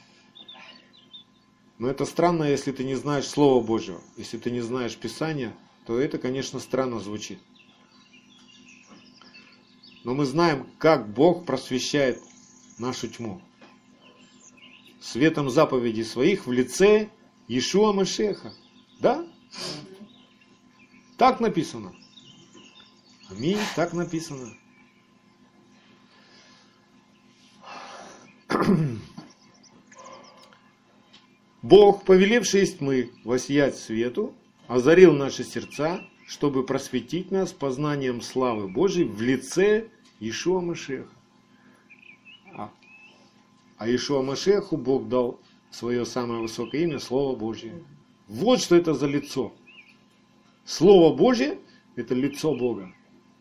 Но это странно, если ты не знаешь Слова Божьего. Если ты не знаешь Писания, то это, конечно, странно звучит. Но мы знаем, как Бог просвещает нашу тьму. Светом заповедей своих в лице Иешуа Машеха. Да? Так написано. Аминь, так написано. Бог, повелевший из тьмы воссиять свету, озарил наши сердца, чтобы просветить нас познанием славы Божией в лице Иешуа Машеха. А Иешуа Машеху Бог дал свое самое высокое имя, Слово Божье. Вот что это за лицо. Слово Божье – это лицо Бога.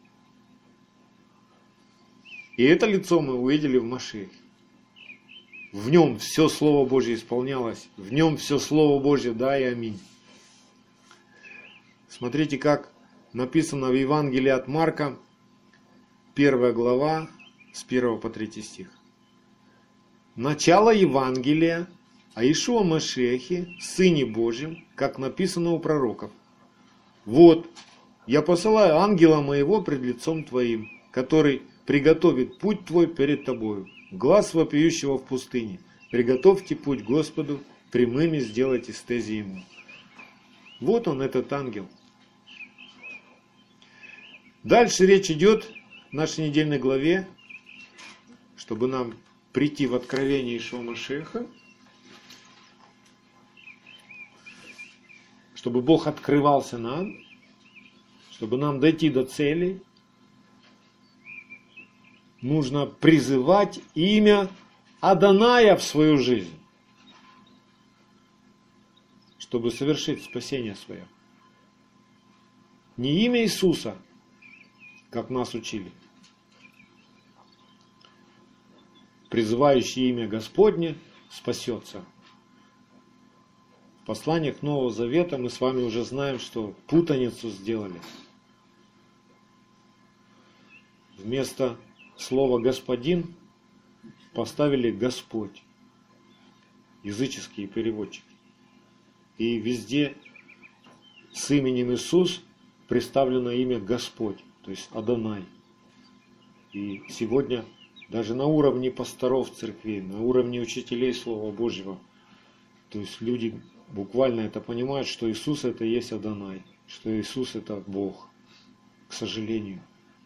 И это лицо мы увидели в Машехе. В нем все Слово Божье исполнялось. В нем все Слово Божье, да и аминь. Смотрите, как написано в Евангелии от Марка, первая глава, с первого по третий стих. Начало Евангелия о Иешуа Машехе, Сыне Божьем, как написано у пророков. Вот, я посылаю ангела моего пред лицом твоим, который приготовит путь твой перед тобою. Глас вопиющего в пустыне. Приготовьте путь Господу, прямыми сделайте стези ему. Вот он, этот ангел. Дальше речь идет в нашей недельной главе, чтобы нам прийти в откровение Иешуа Машеха, чтобы Бог открывался нам, чтобы нам дойти до цели, нужно призывать имя Адоная в свою жизнь, чтобы совершить спасение свое. Не имя Иисуса, как нас учили. Призывающий имя Господне спасется. В посланиях Нового Завета мы с вами уже знаем, что путаницу сделали. Вместо слова «господин» поставили «Господь». Языческие переводчики. И везде с именем Иисус представлено имя Господь, то есть Адонай. И сегодня даже на уровне пасторов церкви, на уровне учителей Слова Божьего, то есть люди буквально это понимают, что Иисус это и есть Адонай, что Иисус это Бог, к сожалению.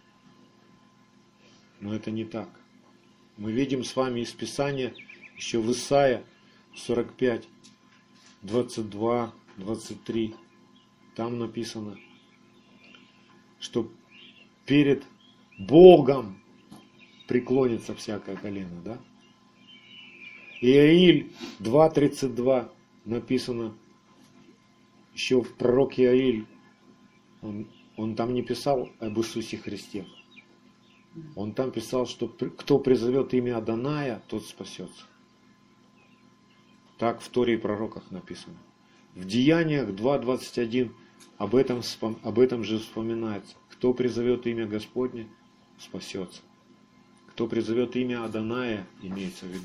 Но это не так. Мы видим с вами из Писания, еще в Исаия сорок пять, двадцать два, двадцать три, там написано, что перед Богом преклонится всякое колено, да? Иаиль два тридцать два написано, еще в пророке Иаиль, он, он там не писал об Иисусе Христе. Он там писал, что кто призовет имя Адоная, тот спасется. Так в Торе и пророках написано. В Деяниях два двадцать один об этом, об этом же вспоминается. Кто призовет имя Господне, спасется. Кто призовет имя Адоная, имеется в виду.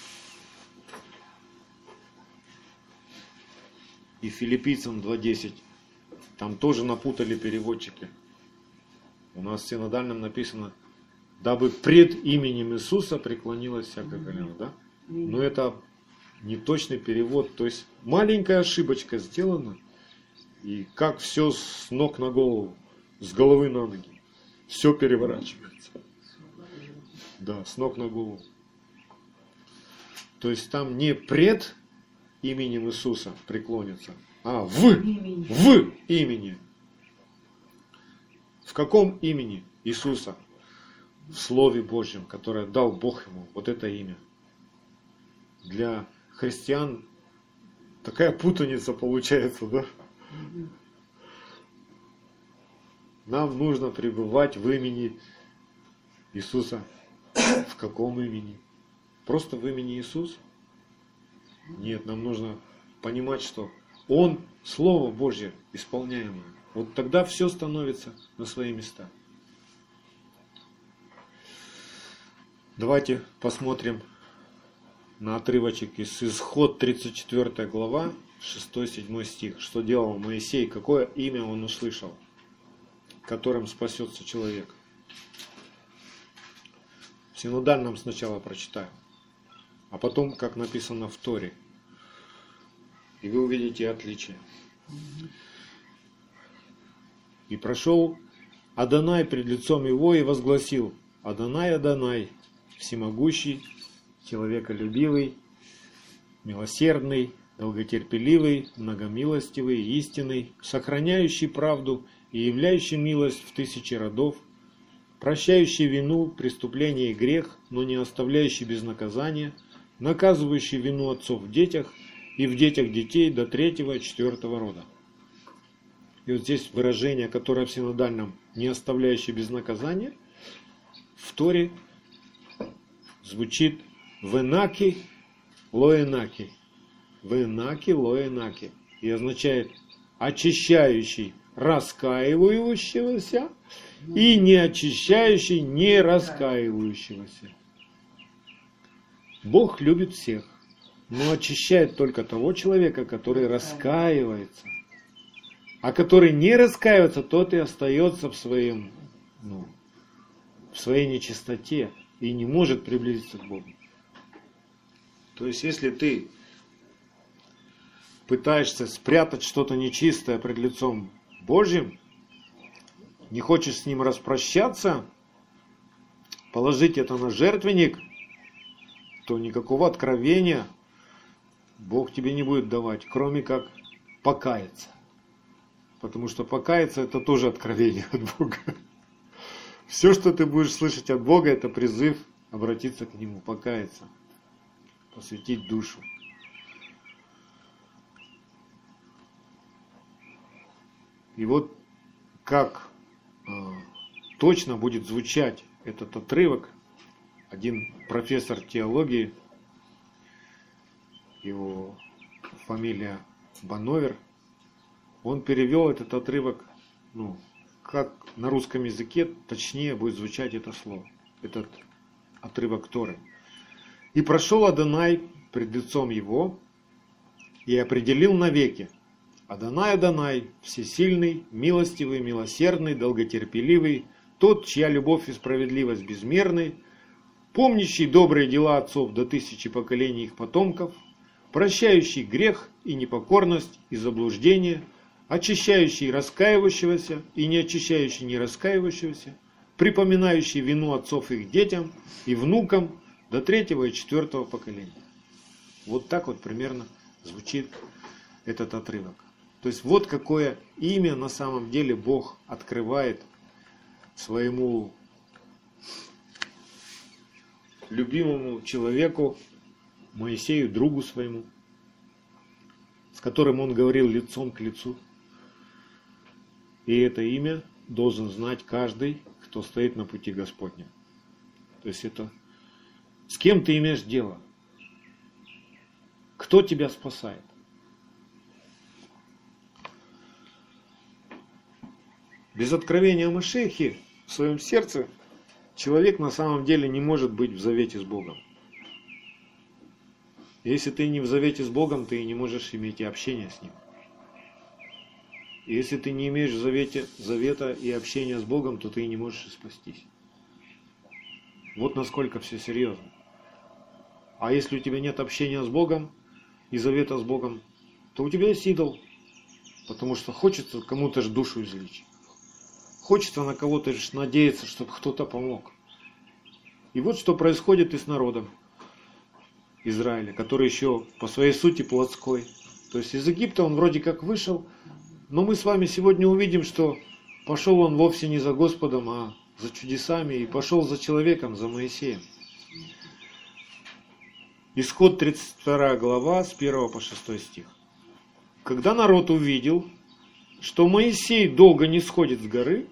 И Филиппийцам два десять. Там тоже напутали переводчики. У нас в синодальном написано, дабы пред именем Иисуса преклонилось всякое колено. Да? Но это не точный перевод. То есть маленькая ошибочка сделана. И как все с ног на голову, с головы на ноги. Все переворачивается. Да, с ног на голову. То есть там не пред именем Иисуса преклонится, а в, Имени. в имени. В каком имени Иисуса? В Слове Божьем, которое дал Бог ему, вот это имя. Для христиан такая путаница получается, да? Нам нужно пребывать в имени Иисуса. В каком имени? Просто в имени Иисус? Нет, нам нужно понимать, что Он Слово Божье исполняемое. Вот тогда все становится на свои места. Давайте посмотрим на отрывочек из Исход тридцать четвёртая глава, шестой-седьмой стих. Что делал Моисей, какое имя он услышал, которым спасется человек. В синодальном сначала прочитаю, а потом, как написано в Торе. И вы увидите отличие. И прошел Адонай пред лицом его и возгласил: Адонай, Адонай, всемогущий, человеколюбивый, милосердный, долготерпеливый, многомилостивый, истинный, сохраняющий правду и являющий милость в тысячи родов, прощающий вину, преступление и грех, но не оставляющий без наказания, наказывающий вину отцов в детях и в детях детей до третьего и четвертого рода. И вот здесь выражение, которое в синодальном не оставляющий без наказания, в Торе звучит «венаки лоэнаки». «Венаки лоэнаки» и означает очищающий раскаивающегося и не очищающий не раскаивающегося. Бог любит всех, но очищает только того человека, который раскаивается. А который не раскаивается, тот и остается в своем, ну, в своей нечистоте и не может приблизиться к Богу. То есть, если ты пытаешься спрятать что-то нечистое пред лицом Божьим, не хочешь с ним распрощаться, положить это на жертвенник, то никакого откровения Бог тебе не будет давать, кроме как покаяться. Потому что покаяться — это тоже откровение от Бога. Все, что ты будешь слышать от Бога, это призыв обратиться к Нему, покаяться, посвятить душу. И вот как э, точно будет звучать этот отрывок, один профессор теологии, его фамилия Бановер, он перевел этот отрывок, ну, как на русском языке точнее будет звучать это слово, этот отрывок Торы. «И прошел Адонай пред лицом его, и определил навеки: Адонай, Адонай, всесильный, милостивый, милосердный, долготерпеливый, тот, чья любовь и справедливость безмерны, помнящий добрые дела отцов до тысячи поколений их потомков, прощающий грех и непокорность и заблуждение, очищающий раскаивающегося и не очищающий не раскаивающегося, припоминающий вину отцов их детям и внукам до третьего и четвертого поколения». Вот так вот примерно звучит этот отрывок. То есть вот какое имя на самом деле Бог открывает своему любимому человеку, Моисею, другу своему, с которым он говорил лицом к лицу. И это имя должен знать каждый, кто стоит на пути Господнем. То есть это с кем ты имеешь дело? Кто тебя спасает? Без откровения о Машиахе в своем сердце человек на самом деле не может быть в завете с Богом. Если ты не в завете с Богом, ты и не можешь иметь и общения с Ним. И если ты не имеешь в завете, завета и общения с Богом, то ты и не можешь и спастись. Вот насколько все серьезно. А если у тебя нет общения с Богом и завета с Богом, то у тебя есть идол. Потому что хочется кому-то же душу излечить. Хочется на кого-то же надеяться, чтобы кто-то помог. И вот что происходит и с народом Израиля, который еще по своей сути плотской. То есть из Египта он вроде как вышел, но мы с вами сегодня увидим, что пошел он вовсе не за Господом, а за чудесами, и пошел за человеком, за Моисеем. Исход тридцать вторая глава, с первого по шестой стих. Когда народ увидел, что Моисей долго не сходит с горы,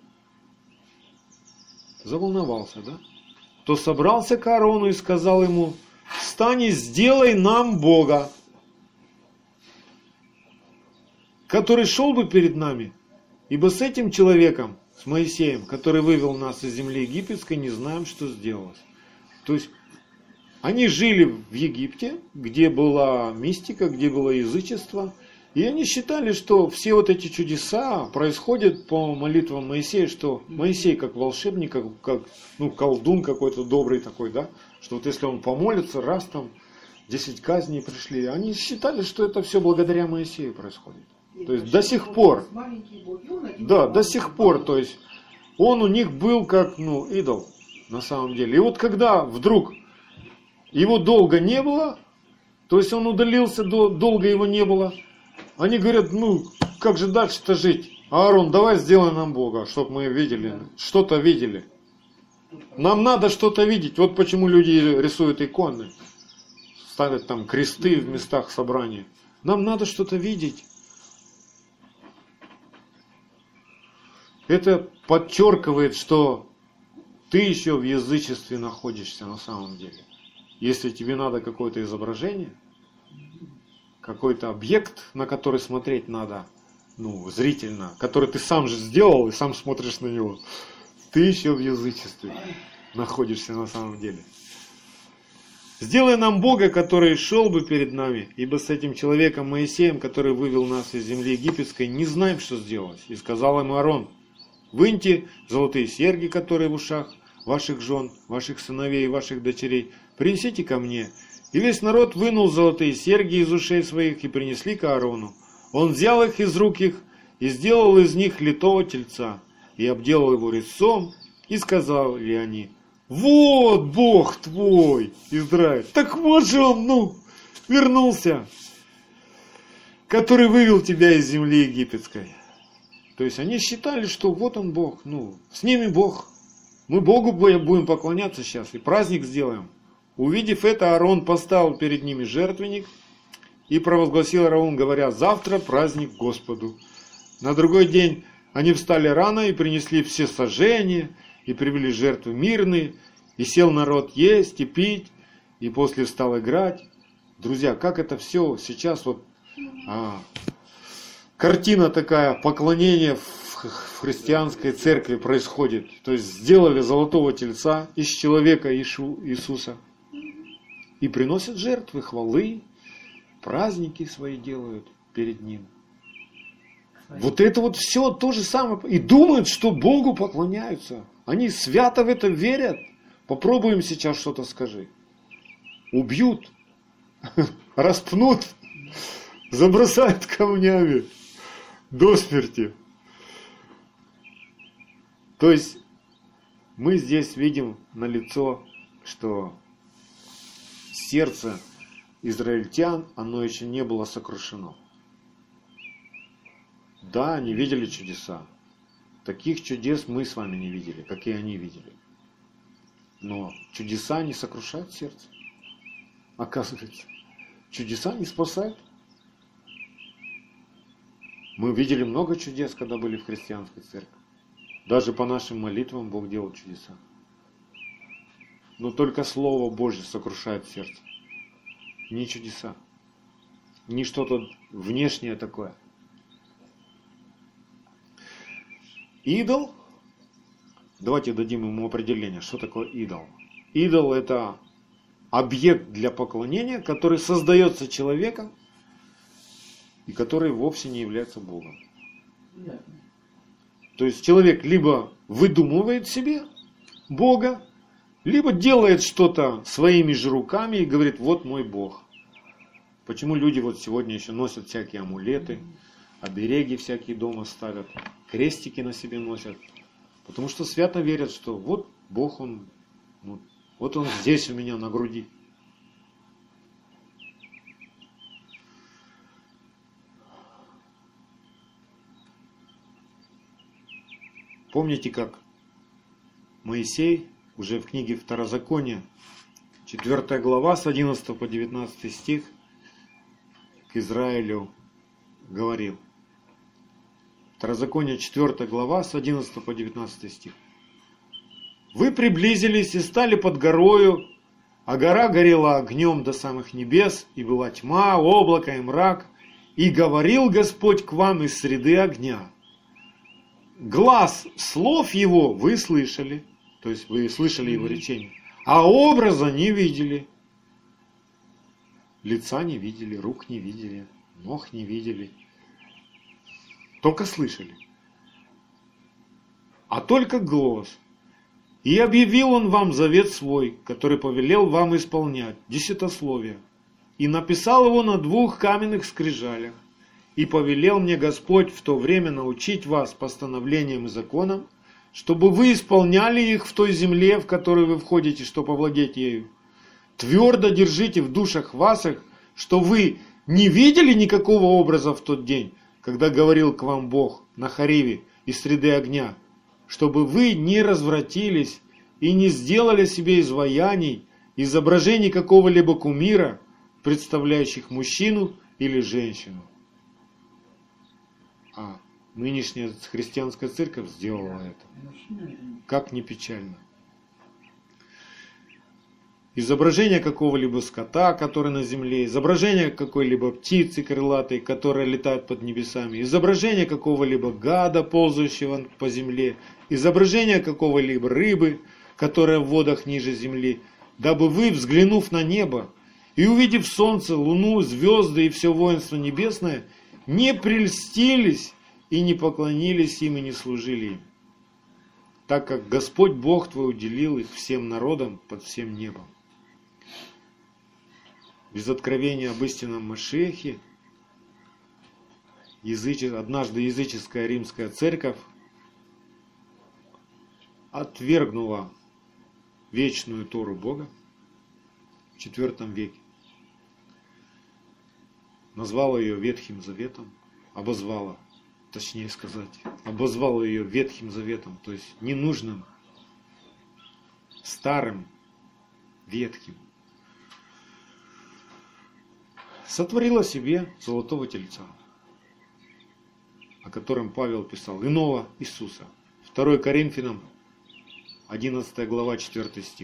заволновался, да? То собрался к Аарону и сказал ему: «Встань и сделай нам Бога, который шел бы перед нами, ибо с этим человеком, с Моисеем, который вывел нас из земли египетской, не знаем, что сделалось». То есть они жили в Египте, где была мистика, где было язычество, и они считали, что все вот эти чудеса происходят по молитвам Моисея, что Моисей как волшебник, как, как ну, колдун какой-то добрый такой, да, что вот если он помолится, раз там десять казней пришли, они считали, что это все благодаря Моисею происходит. То есть до сих пор, да, до сих пор, то есть он у них был как, ну, идол на самом деле. И вот когда вдруг его долго не было, то есть он удалился, долго его не было, они говорят: ну, как же дальше-то жить? Аарон, давай сделай нам Бога, чтобы мы видели, что-то видели. Нам надо что-то видеть. Вот почему люди рисуют иконы, ставят там кресты в местах собрания. Нам надо что-то видеть. Это подчеркивает, что ты еще в язычестве находишься на самом деле. Если тебе надо какое-то изображение, какой-то объект, на который смотреть надо, ну, зрительно, который ты сам же сделал и сам смотришь на него, ты еще в язычестве находишься на самом деле. «Сделай нам Бога, который шел бы перед нами, ибо с этим человеком Моисеем, который вывел нас из земли египетской, не знаем, что сделалось». И сказал ему Аарон: «Выньте золотые серьги, которые в ушах ваших жен, ваших сыновей и ваших дочерей, принесите ко мне». И весь народ вынул золотые серьги из ушей своих и принесли к Аарону. Он взял их из рук их и сделал из них литого тельца, и обделал его резцом, и сказали они: «Вот Бог твой, Израиль!» Так вот же он, ну, вернулся, который вывел тебя из земли египетской. То есть они считали, что вот он Бог, ну, с ними Бог. Мы Богу будем поклоняться сейчас и праздник сделаем. Увидев это, Аарон поставил перед ними жертвенник и провозгласил Аарон, говоря: «Завтра праздник Господу». На другой день они встали рано и принесли все сожжения, и привели жертвы мирные, и сел народ есть и пить, и после стал играть. Друзья, как это все сейчас вот а, картина такая поклонения в, в христианской церкви происходит. То есть сделали золотого тельца из человека Ишу, Иисуса. И приносят жертвы, хвалы, праздники свои делают перед Ним. Вот это вот все то же самое. И думают, что Богу поклоняются. Они свято в это верят. Попробуем сейчас что-то скажи. Убьют, распнут, забросают камнями до смерти. То есть мы здесь видим налицо, что сердце израильтян, оно еще не было сокрушено. Да, они видели чудеса. Таких чудес мы с вами не видели, как и они видели. Но чудеса не сокрушают сердце. Оказывается, чудеса не спасают. Мы видели много чудес, когда были в христианской церкви. Даже по нашим молитвам Бог делал чудеса. Но только Слово Божье сокрушает сердце. Не чудеса. Не что-то внешнее такое. Идол. Давайте дадим ему определение, что такое идол. Идол — это объект для поклонения, который создается человеком и который вовсе не является Богом. То есть человек либо выдумывает себе Бога, либо делает что-то своими же руками и говорит: вот мой Бог. Почему люди вот сегодня еще носят всякие амулеты, обереги всякие дома ставят, крестики на себе носят? Потому что свято верят, что вот Бог, Он, ну, Вот он здесь у меня на груди. Помните, как Моисей уже в книге Второзакония, четвёртая глава, с одиннадцатого по девятнадцатый стих, к Израилю говорил. Второзаконие, четвёртая глава, с одиннадцатого по девятнадцатый стих. «Вы приблизились и стали под горою, а гора горела огнем до самых небес, и была тьма, облако и мрак, и говорил Господь к вам из среды огня. Глас слов его вы слышали», то есть вы слышали его речение, «а образа не видели». Лица не видели, рук не видели, ног не видели. Только слышали. А только голос. «И объявил он вам завет свой, который повелел вам исполнять, десятословие, и написал его на двух каменных скрижалях. И повелел мне Господь в то время научить вас постановлениям и законам, чтобы вы исполняли их в той земле, в которую вы входите, чтобы овладеть ею. Твердо держите в душах ваших, что вы не видели никакого образа в тот день, когда говорил к вам Бог на Хориве из среды огня, чтобы вы не развратились и не сделали себе изваяний, изображений какого-либо кумира, представляющих мужчину или женщину». А нынешняя христианская церковь сделала это. Как не печально. Изображение какого-либо скота, который на земле, изображение какой-либо птицы крылатой, которая летает под небесами, изображение какого-либо гада, ползающего по земле, изображение какого-либо рыбы, которая в водах ниже земли, дабы вы, взглянув на небо и увидев солнце, луну, звезды и все воинство небесное, не прельстились и не поклонились им и не служили им, так как Господь Бог твой уделил их всем народам под всем небом. Без откровения об истинном Машиахе языче... однажды языческая римская церковь отвергнула вечную Тору Бога в четвёртом веке. Назвала ее Ветхим Заветом, обозвала, точнее сказать, обозвала ее Ветхим Заветом, то есть ненужным, старым, ветхим. Сотворила себе золотого тельца, о котором Павел писал, иного Иисуса. второе Коринфянам, одиннадцатая глава, четвёртый стих.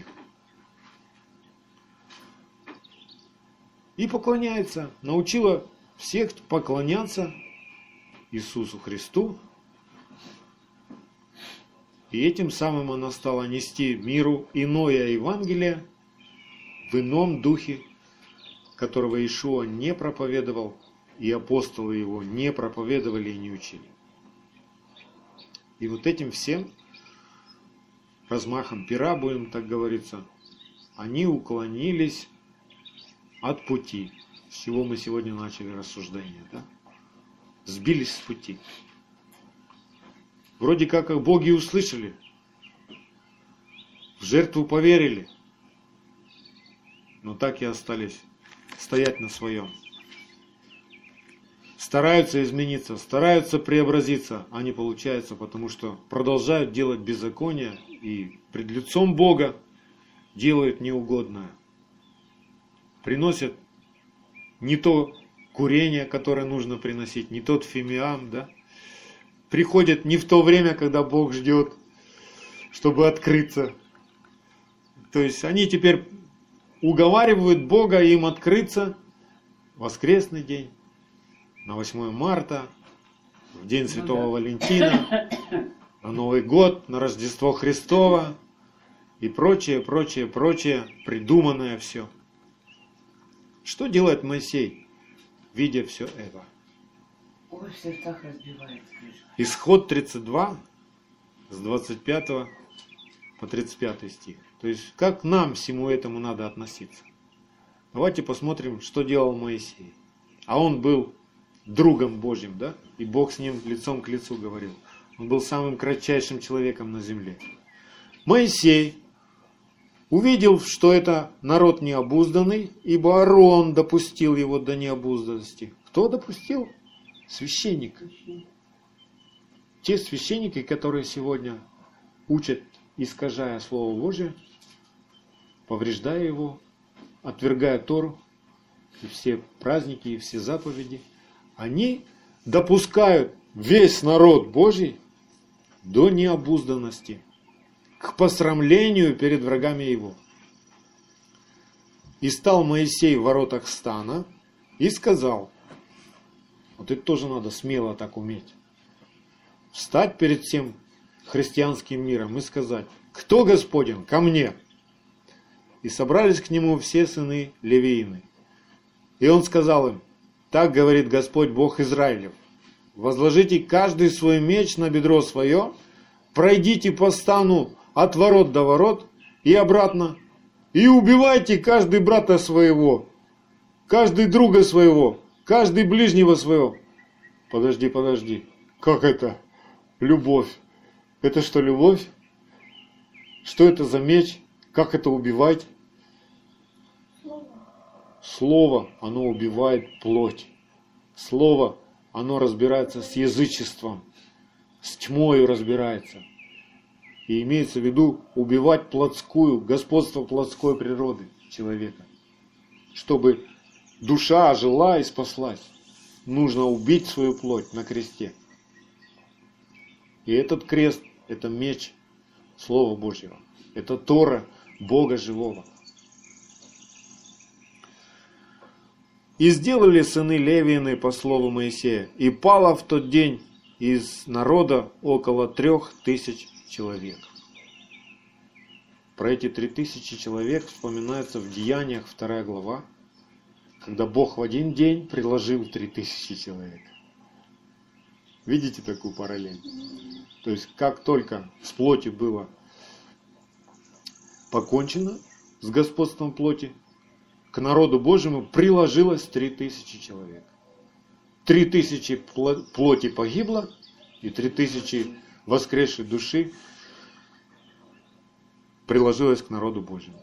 И поклоняется, научила всех поклоняться Иисусу Христу. И этим самым она стала нести миру иное Евангелие в ином духе, которого Иешуа не проповедовал, и апостолы его не проповедовали и не учили. И вот этим всем размахом пера, будем так говориться, они уклонились от пути, с чего мы сегодня начали рассуждение, да? Сбились с пути. Вроде как о Боге услышали, в жертву поверили, но так и остались стоять на своем. Стараются измениться, стараются преобразиться, а не получается, потому что продолжают делать беззаконие и пред лицом Бога делают неугодное. Приносят не то курение, которое нужно приносить, не тот фимиам, да? Приходят не в то время, когда Бог ждет, чтобы открыться. То есть они теперь уговаривают Бога им открыться в воскресный день, на восьмое марта, в день Святого Валентина, на Новый год, на Рождество Христово и прочее, прочее, прочее, придуманное все. Что делает Моисей, видя все это? Ой, в сердцах разбивается. Исход тридцать два, с двадцать пятого по тридцать пятый стих. То есть, как нам всему этому надо относиться? Давайте посмотрим, что делал Моисей. А он был другом Божьим, да? И Бог с ним лицом к лицу говорил. Он был самым кратчайшим человеком на земле. Моисей увидел, что это народ необузданный, ибо Аарон допустил его до необузданности. Кто допустил? Священник. Те священники, которые сегодня учат, искажая Слово Божие, повреждая его, отвергая Тору, и все праздники, и все заповеди, они допускают весь народ Божий до необузданности, к посрамлению перед врагами его. И стал Моисей в воротах стана и сказал, вот это тоже надо смело так уметь, встать перед всем христианским миром и сказать, кто Господен? Ко мне. И собрались к нему все сыны Левиины. И он сказал им, так говорит Господь Бог Израилев, возложите каждый свой меч на бедро свое, пройдите по стану от ворот до ворот и обратно, и убивайте каждый брата своего, каждый друга своего, каждый ближнего своего. Подожди, подожди, как это? Любовь. Это что, любовь? Что это за меч? Как это убивать? Слово, оно убивает плоть. Слово, оно разбирается с язычеством, с тьмою разбирается. И имеется в виду убивать плотскую, господство плотской природы человека. Чтобы душа ожила и спаслась, нужно убить свою плоть на кресте. И этот крест, это меч Слова Божьего. Это Тора Бога живого. И сделали сыны Левиины по слову Моисея, и пало в тот день из народа около трех тысяч человек. Про эти три тысячи человек вспоминается в Деяниях вторая глава, когда Бог в один день предложил три тысячи человек. Видите такую параллель? То есть, как только с плотью было покончено, с господством плоти, к народу Божьему приложилось три тысячи человек. Три тысячи плоти погибло, и три тысячи воскресшей души приложилось к народу Божьему.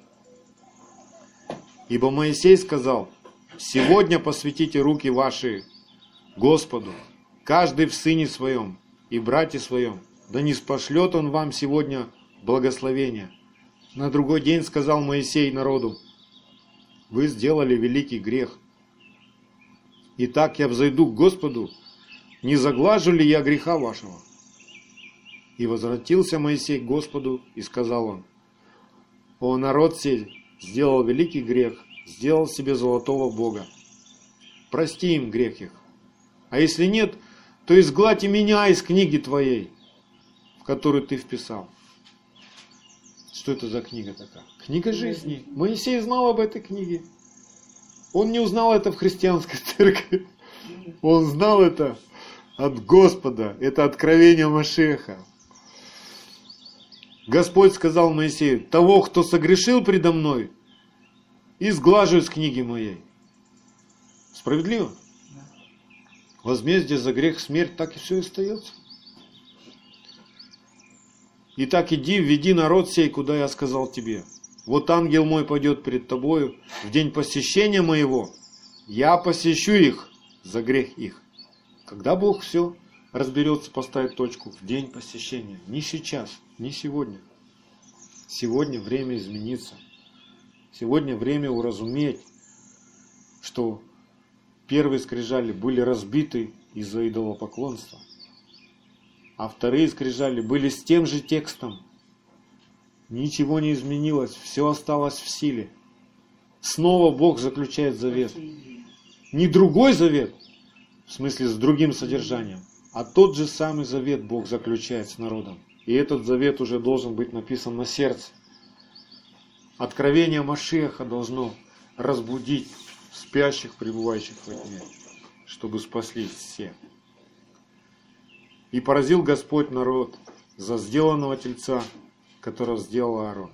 Ибо Моисей сказал, сегодня посвятите руки ваши Господу, каждый в сыне своем и брате своем, да не спошлет он вам сегодня благословения. На другой день сказал Моисей народу, вы сделали великий грех. Итак, я взойду к Господу, не заглажу ли я греха вашего? И возвратился Моисей к Господу, и сказал он, о, народ сей сделал великий грех, сделал себе золотого Бога. Прости им грех их. А если нет, то изгладь и меня из книги твоей, в которую ты вписал. Что это за книга такая? Книга жизни. Моисей знал об этой книге. Он не узнал это в христианской церкви. Он знал это от Господа. Это откровение Машеха. Господь сказал Моисею, того, кто согрешил предо мной, изглажу из книги моей. Справедливо? Возмездие за грех смерть, так и все остается. Итак, иди, введи народ сей, куда я сказал тебе. Вот ангел мой пойдет перед тобою в день посещения моего. Я посещу их за грех их. Когда Бог все разберется, поставит точку в день посещения. Не сейчас, не сегодня. Сегодня время измениться. Сегодня время уразуметь, что первые скрижали были разбиты из-за идолопоклонства. А вторые скрижали были с тем же текстом. Ничего не изменилось, все осталось в силе. Снова Бог заключает завет. Не другой завет, в смысле с другим содержанием, а тот же самый завет Бог заключает с народом. И этот завет уже должен быть написан на сердце. Откровение Машеха должно разбудить спящих, пребывающих во тьме, чтобы спаслись все. И поразил Господь народ за сделанного тельца, которого сделал Аарон.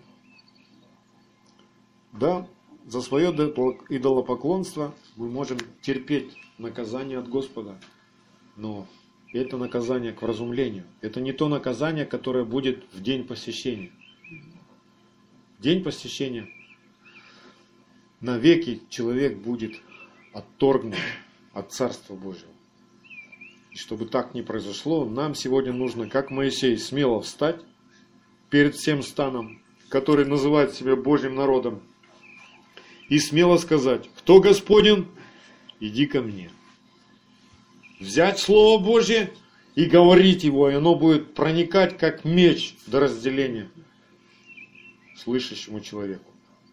Да, за свое идолопоклонство мы можем терпеть наказание от Господа, но это наказание к вразумлению. Это не то наказание, которое будет в день посещения. день посещения, навеки человек будет отторгнут от Царства Божьего. И чтобы так не произошло, нам сегодня нужно, как Моисей, смело встать перед всем станом, который называет себя Божьим народом, и смело сказать: кто Господен, иди ко мне. Взять Слово Божье и говорить его, и оно будет проникать как меч до разделения слышащему человеку.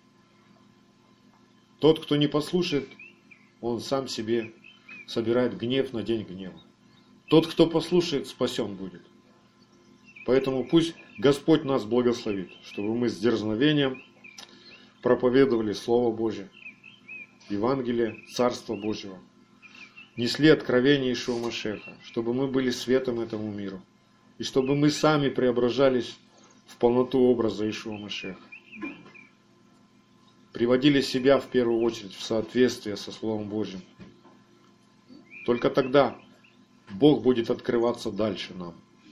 Тот, кто не послушает, он сам себе собирает гнев на день гнева. Тот, кто послушает, спасен будет. Поэтому пусть Господь нас благословит, чтобы мы с дерзновением проповедовали Слово Божие, Евангелие Царства Божьего, несли откровение Иешуа Машеха, чтобы мы были светом этому миру, и чтобы мы сами преображались в полноту образа Иешуа Машеха. Приводили себя в первую очередь в соответствие со Словом Божьим. Только тогда Бог будет открываться дальше нам.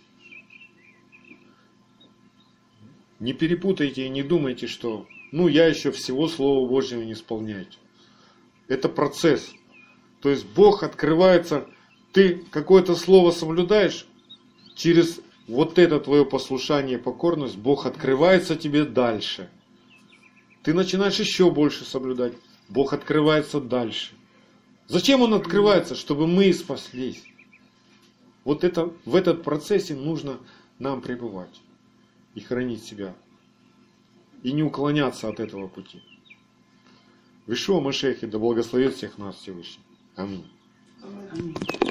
Не перепутайте и не думайте, что ну я еще всего Слова Божьего не исполняю. Это процесс. То есть Бог открывается, ты какое-то слово соблюдаешь, через вот это твое послушание и покорность Бог открывается тебе дальше. Ты начинаешь еще больше соблюдать, Бог открывается дальше. Зачем Он открывается? Чтобы мы спаслись. Вот это, в этот процессе нужно нам пребывать и хранить себя. И не уклоняться от этого пути. В Иешуа Машехе да благословит всех нас Всевышний. Аминь. Аминь.